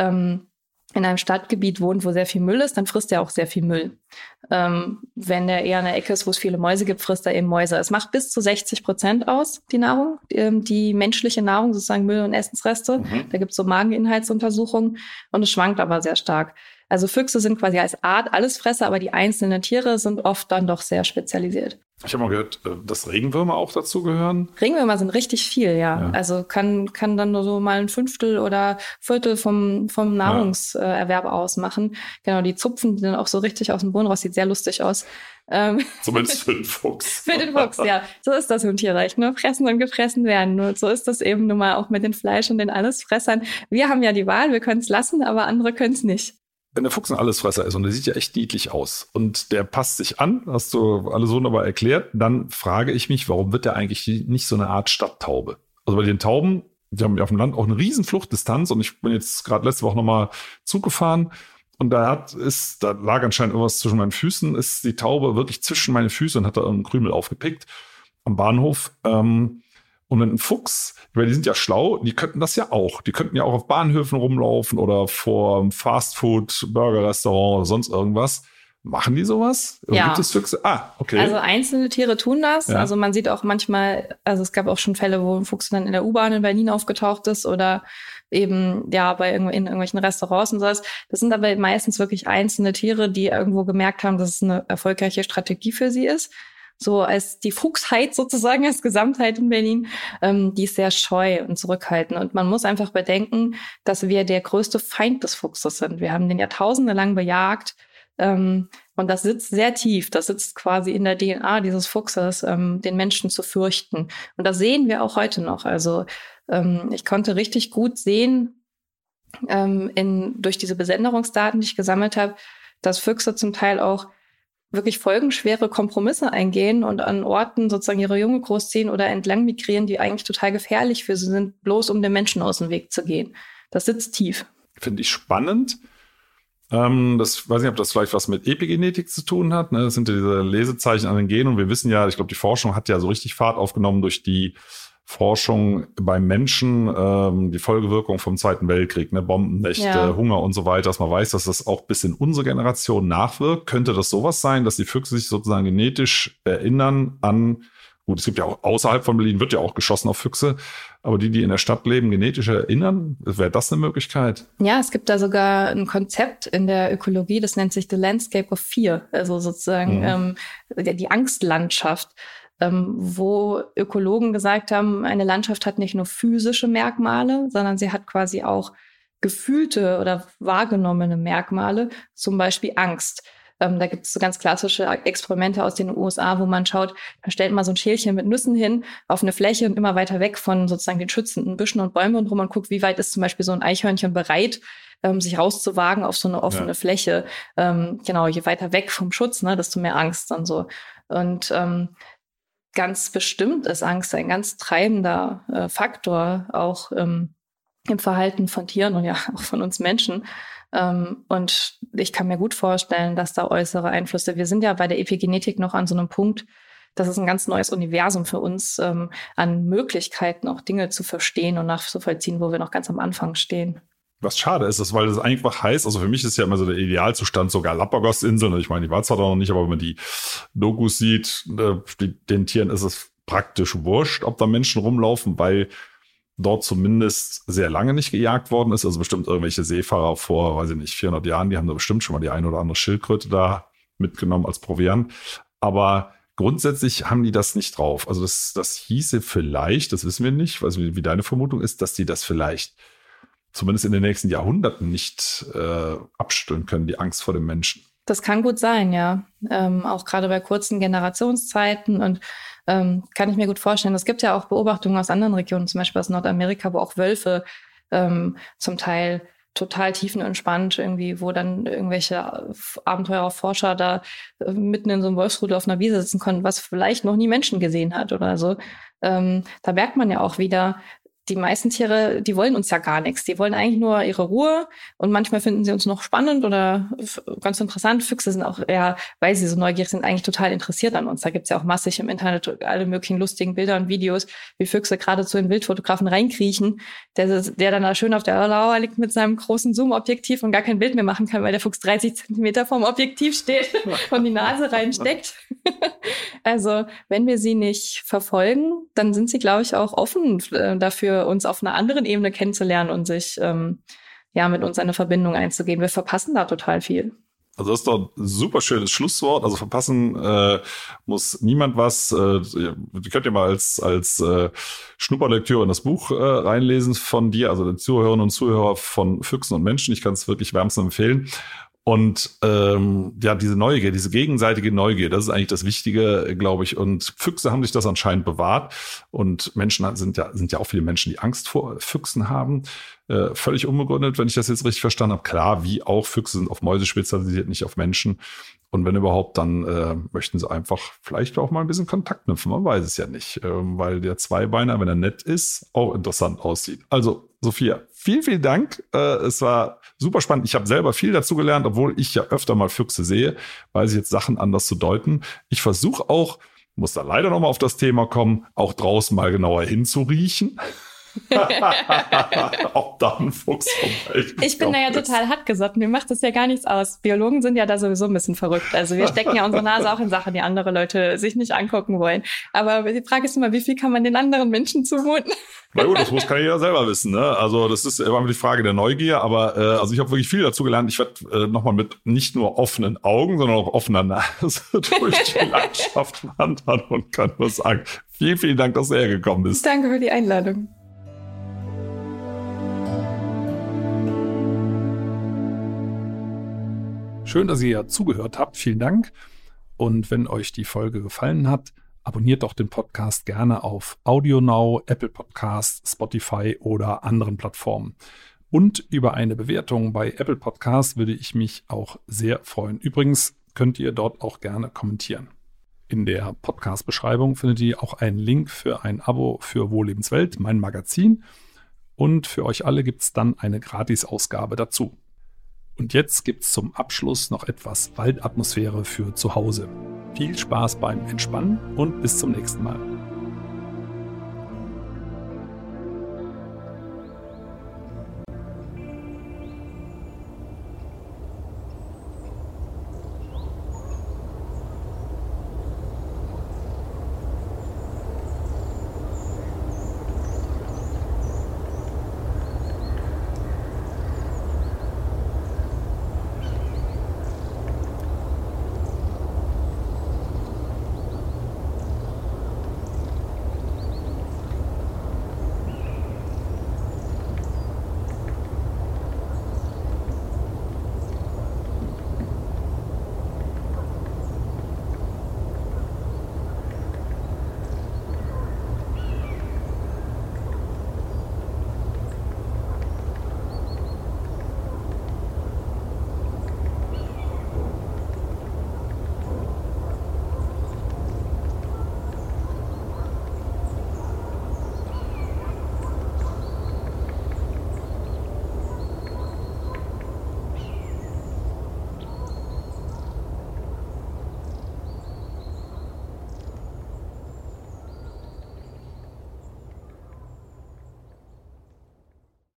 Speaker 2: in einem Stadtgebiet wohnt, wo sehr viel Müll ist, dann frisst er auch sehr viel Müll. Wenn der eher in einer Ecke ist, wo es viele Mäuse gibt, frisst er eben Mäuse. Es macht bis zu 60% aus, die Nahrung, die menschliche Nahrung, sozusagen Müll- und Essensreste. Da gibt es so Mageninhaltsuntersuchungen und es schwankt aber sehr stark. Also Füchse sind quasi als Art Allesfresser, aber die einzelnen Tiere sind oft dann doch sehr spezialisiert.
Speaker 3: Ich habe mal gehört, dass Regenwürmer auch dazu gehören.
Speaker 2: Regenwürmer sind richtig viel, ja. Also kann dann nur so mal ein Fünftel oder Viertel vom Nahrungserwerb ausmachen. Genau, die zupfen die dann auch so richtig aus dem Boden raus. Sieht sehr lustig aus.
Speaker 3: Zumindest für den Fuchs.
Speaker 2: Für den Fuchs, ja. So ist das im Tierreich, ne? Fressen und gefressen werden. Nur so ist das eben nun mal auch mit den Fleisch- und den Allesfressern. Wir haben ja die Wahl, wir können es lassen, aber andere können es nicht.
Speaker 3: Wenn der Fuchs ein Allesfresser ist und der sieht ja echt niedlich aus und der passt sich an, hast du alles wunderbar erklärt, dann frage ich mich, warum wird der eigentlich nicht so eine Art Stadttaube? Also bei den Tauben, die haben ja auf dem Land auch eine riesen Fluchtdistanz und ich bin jetzt gerade letzte Woche nochmal Zug gefahren und da lag anscheinend irgendwas zwischen meinen Füßen, ist die Taube wirklich zwischen meine Füße und hat da einen Krümel aufgepickt am Bahnhof. Und wenn ein Fuchs, weil die sind ja schlau, die könnten das ja auch. Die könnten ja auch auf Bahnhöfen rumlaufen oder vor einem Fastfood-Burger-Restaurant oder sonst irgendwas. Machen die sowas?
Speaker 2: Ja.
Speaker 3: Gibt es Füchse? Okay.
Speaker 2: Also einzelne Tiere tun das. Ja. Also man sieht auch manchmal, also es gab auch schon Fälle, wo ein Fuchs dann in der U-Bahn in Berlin aufgetaucht ist oder eben in irgendwelchen Restaurants und sowas. Das sind aber meistens wirklich einzelne Tiere, die irgendwo gemerkt haben, dass es eine erfolgreiche Strategie für sie ist. So als die Fuchsheit sozusagen, als Gesamtheit in Berlin, die ist sehr scheu und zurückhaltend. Und man muss einfach bedenken, dass wir der größte Feind des Fuchses sind. Wir haben den Jahrtausende lang bejagt. Und das sitzt sehr tief. Das sitzt quasi in der DNA dieses Fuchses, den Menschen zu fürchten. Und das sehen wir auch heute noch. Also ich konnte richtig gut sehen, durch diese Besenderungsdaten, die ich gesammelt habe, dass Füchse zum Teil auch wirklich folgenschwere Kompromisse eingehen und an Orten sozusagen ihre Junge großziehen oder entlang migrieren, die eigentlich total gefährlich für sie sind, bloß um den Menschen aus dem Weg zu gehen. Das sitzt tief.
Speaker 3: Finde ich spannend. Das weiß nicht, ob das vielleicht was mit Epigenetik zu tun hat. Ne? Das sind ja diese Lesezeichen an den Genen und wir wissen ja, ich glaube, die Forschung hat ja so richtig Fahrt aufgenommen durch die Forschung beim Menschen, die Folgewirkung vom Zweiten Weltkrieg, ne, Bombennächte, Hunger und so weiter, dass man weiß, dass das auch bis in unsere Generation nachwirkt. Könnte das sowas sein, dass die Füchse sich sozusagen genetisch erinnern an, gut, es gibt ja auch außerhalb von Berlin, wird ja auch geschossen auf Füchse, aber die in der Stadt leben, genetisch erinnern, wäre das eine Möglichkeit?
Speaker 2: Ja, es gibt da sogar ein Konzept in der Ökologie, das nennt sich The Landscape of Fear, also sozusagen die Angstlandschaft. Wo Ökologen gesagt haben, eine Landschaft hat nicht nur physische Merkmale, sondern sie hat quasi auch gefühlte oder wahrgenommene Merkmale, zum Beispiel Angst. Da gibt es so ganz klassische Experimente aus den USA, wo man schaut, da stellt man so ein Schälchen mit Nüssen hin auf eine Fläche und immer weiter weg von sozusagen den schützenden Büschen und Bäumen und rum und guckt, wie weit ist zum Beispiel so ein Eichhörnchen bereit, sich rauszuwagen auf so eine offene Fläche. Genau, je weiter weg vom Schutz, ne, desto mehr Angst dann so. Und ganz bestimmt ist Angst ein ganz treibender Faktor, auch im Verhalten von Tieren und ja auch von uns Menschen. Und ich kann mir gut vorstellen, dass da äußere Einflüsse, wir sind ja bei der Epigenetik noch an so einem Punkt, das ist ein ganz neues Universum für uns, an Möglichkeiten auch Dinge zu verstehen und nachzuvollziehen, wo wir noch ganz am Anfang stehen.
Speaker 3: Was schade ist, weil das einfach heißt, also für mich ist ja immer so der Idealzustand so Galapagos-Inseln. Ich meine, ich war zwar da noch nicht, aber wenn man die Dokus sieht, den Tieren ist es praktisch wurscht, ob da Menschen rumlaufen, weil dort zumindest sehr lange nicht gejagt worden ist. Also bestimmt irgendwelche Seefahrer vor, weiß ich nicht, 400 Jahren, die haben da bestimmt schon mal die eine oder andere Schildkröte da mitgenommen als Proviant. Aber grundsätzlich haben die das nicht drauf. Also das hieße vielleicht, das wissen wir nicht, also wie deine Vermutung ist, dass die das vielleicht zumindest in den nächsten Jahrhunderten nicht abstellen können, die Angst vor dem Menschen.
Speaker 2: Das kann gut sein, ja. Auch gerade bei kurzen Generationszeiten und kann ich mir gut vorstellen. Es gibt ja auch Beobachtungen aus anderen Regionen, zum Beispiel aus Nordamerika, wo auch Wölfe zum Teil total tiefenentspannt irgendwie, wo dann irgendwelche Abenteurerforscher da mitten in so einem Wolfsrudel auf einer Wiese sitzen konnten, was vielleicht noch nie Menschen gesehen hat oder so. Da merkt man ja auch wieder, die meisten Tiere, die wollen uns ja gar nichts. Die wollen eigentlich nur ihre Ruhe und manchmal finden sie uns noch spannend oder ganz interessant. Füchse sind auch eher, weil sie so neugierig sind, eigentlich total interessiert an uns. Da gibt's ja auch massig im Internet alle möglichen lustigen Bilder und Videos, wie Füchse gerade zu den Wildfotografen reinkriechen, der dann da schön auf der Lauer liegt mit seinem großen Zoom-Objektiv und gar kein Bild mehr machen kann, weil der Fuchs 30 Zentimeter vorm Objektiv steht und die Nase reinsteckt. Also wenn wir sie nicht verfolgen, dann sind sie, glaube ich, auch offen dafür, uns auf einer anderen Ebene kennenzulernen und sich mit uns eine Verbindung einzugehen. Wir verpassen da total viel.
Speaker 3: Also das ist doch ein super schönes Schlusswort. Also verpassen muss niemand was. Ihr könnt ja mal als Schnupperlektüre in das Buch reinlesen von dir, also den Zuhörerinnen und Zuhörer von Füchsen und Menschen. Ich kann es wirklich wärmstens empfehlen. Und diese Neugier, diese gegenseitige Neugier, das ist eigentlich das Wichtige, glaube ich. Und Füchse haben sich das anscheinend bewahrt. Und Menschen sind ja auch viele Menschen, die Angst vor Füchsen haben. Völlig unbegründet, wenn ich das jetzt richtig verstanden habe. Klar, wie auch Füchse sind auf Mäuse spezialisiert, nicht auf Menschen. Und wenn überhaupt, dann möchten sie einfach vielleicht auch mal ein bisschen Kontakt knüpfen. Man weiß es ja nicht, weil der Zweibeiner, wenn er nett ist, auch interessant aussieht. Also Sophia, vielen, vielen Dank. Es war super spannend. Ich habe selber viel dazu gelernt, obwohl ich ja öfter mal Füchse sehe, weiß ich jetzt Sachen anders zu deuten. Ich versuche auch, muss da leider nochmal auf das Thema kommen, auch draußen mal genauer hinzuriechen. Ob da ein Fuchs
Speaker 2: Ich bin da ja total hartgesotten. Mir macht das ja gar nichts aus. Biologen sind ja da sowieso ein bisschen verrückt. Also wir stecken ja unsere Nase auch in Sachen, die andere Leute sich nicht angucken wollen. Aber die Frage ist immer, wie viel kann man den anderen Menschen zumuten?
Speaker 3: Na gut, das kann jeder selber wissen, ne? Also das ist immer die Frage der Neugier. Aber also ich habe wirklich viel dazu gelernt. Ich werde nochmal mit nicht nur offenen Augen, sondern auch offener Nase durch die Landschaft wandern und kann nur sagen, vielen, vielen Dank, dass du hergekommen bist.
Speaker 2: Danke für die Einladung.
Speaker 3: Schön, dass ihr zugehört habt. Vielen Dank. Und wenn euch die Folge gefallen hat, abonniert doch den Podcast gerne auf AudioNow, Apple Podcasts, Spotify oder anderen Plattformen. Und über eine Bewertung bei Apple Podcasts würde ich mich auch sehr freuen. Übrigens könnt ihr dort auch gerne kommentieren. In der Podcast-Beschreibung findet ihr auch einen Link für ein Abo für Wohllebenswelt, mein Magazin. Und für euch alle gibt es dann eine Gratis-Ausgabe dazu. Und jetzt gibt's zum Abschluss noch etwas Waldatmosphäre für zu Hause. Viel Spaß beim Entspannen und bis zum nächsten Mal.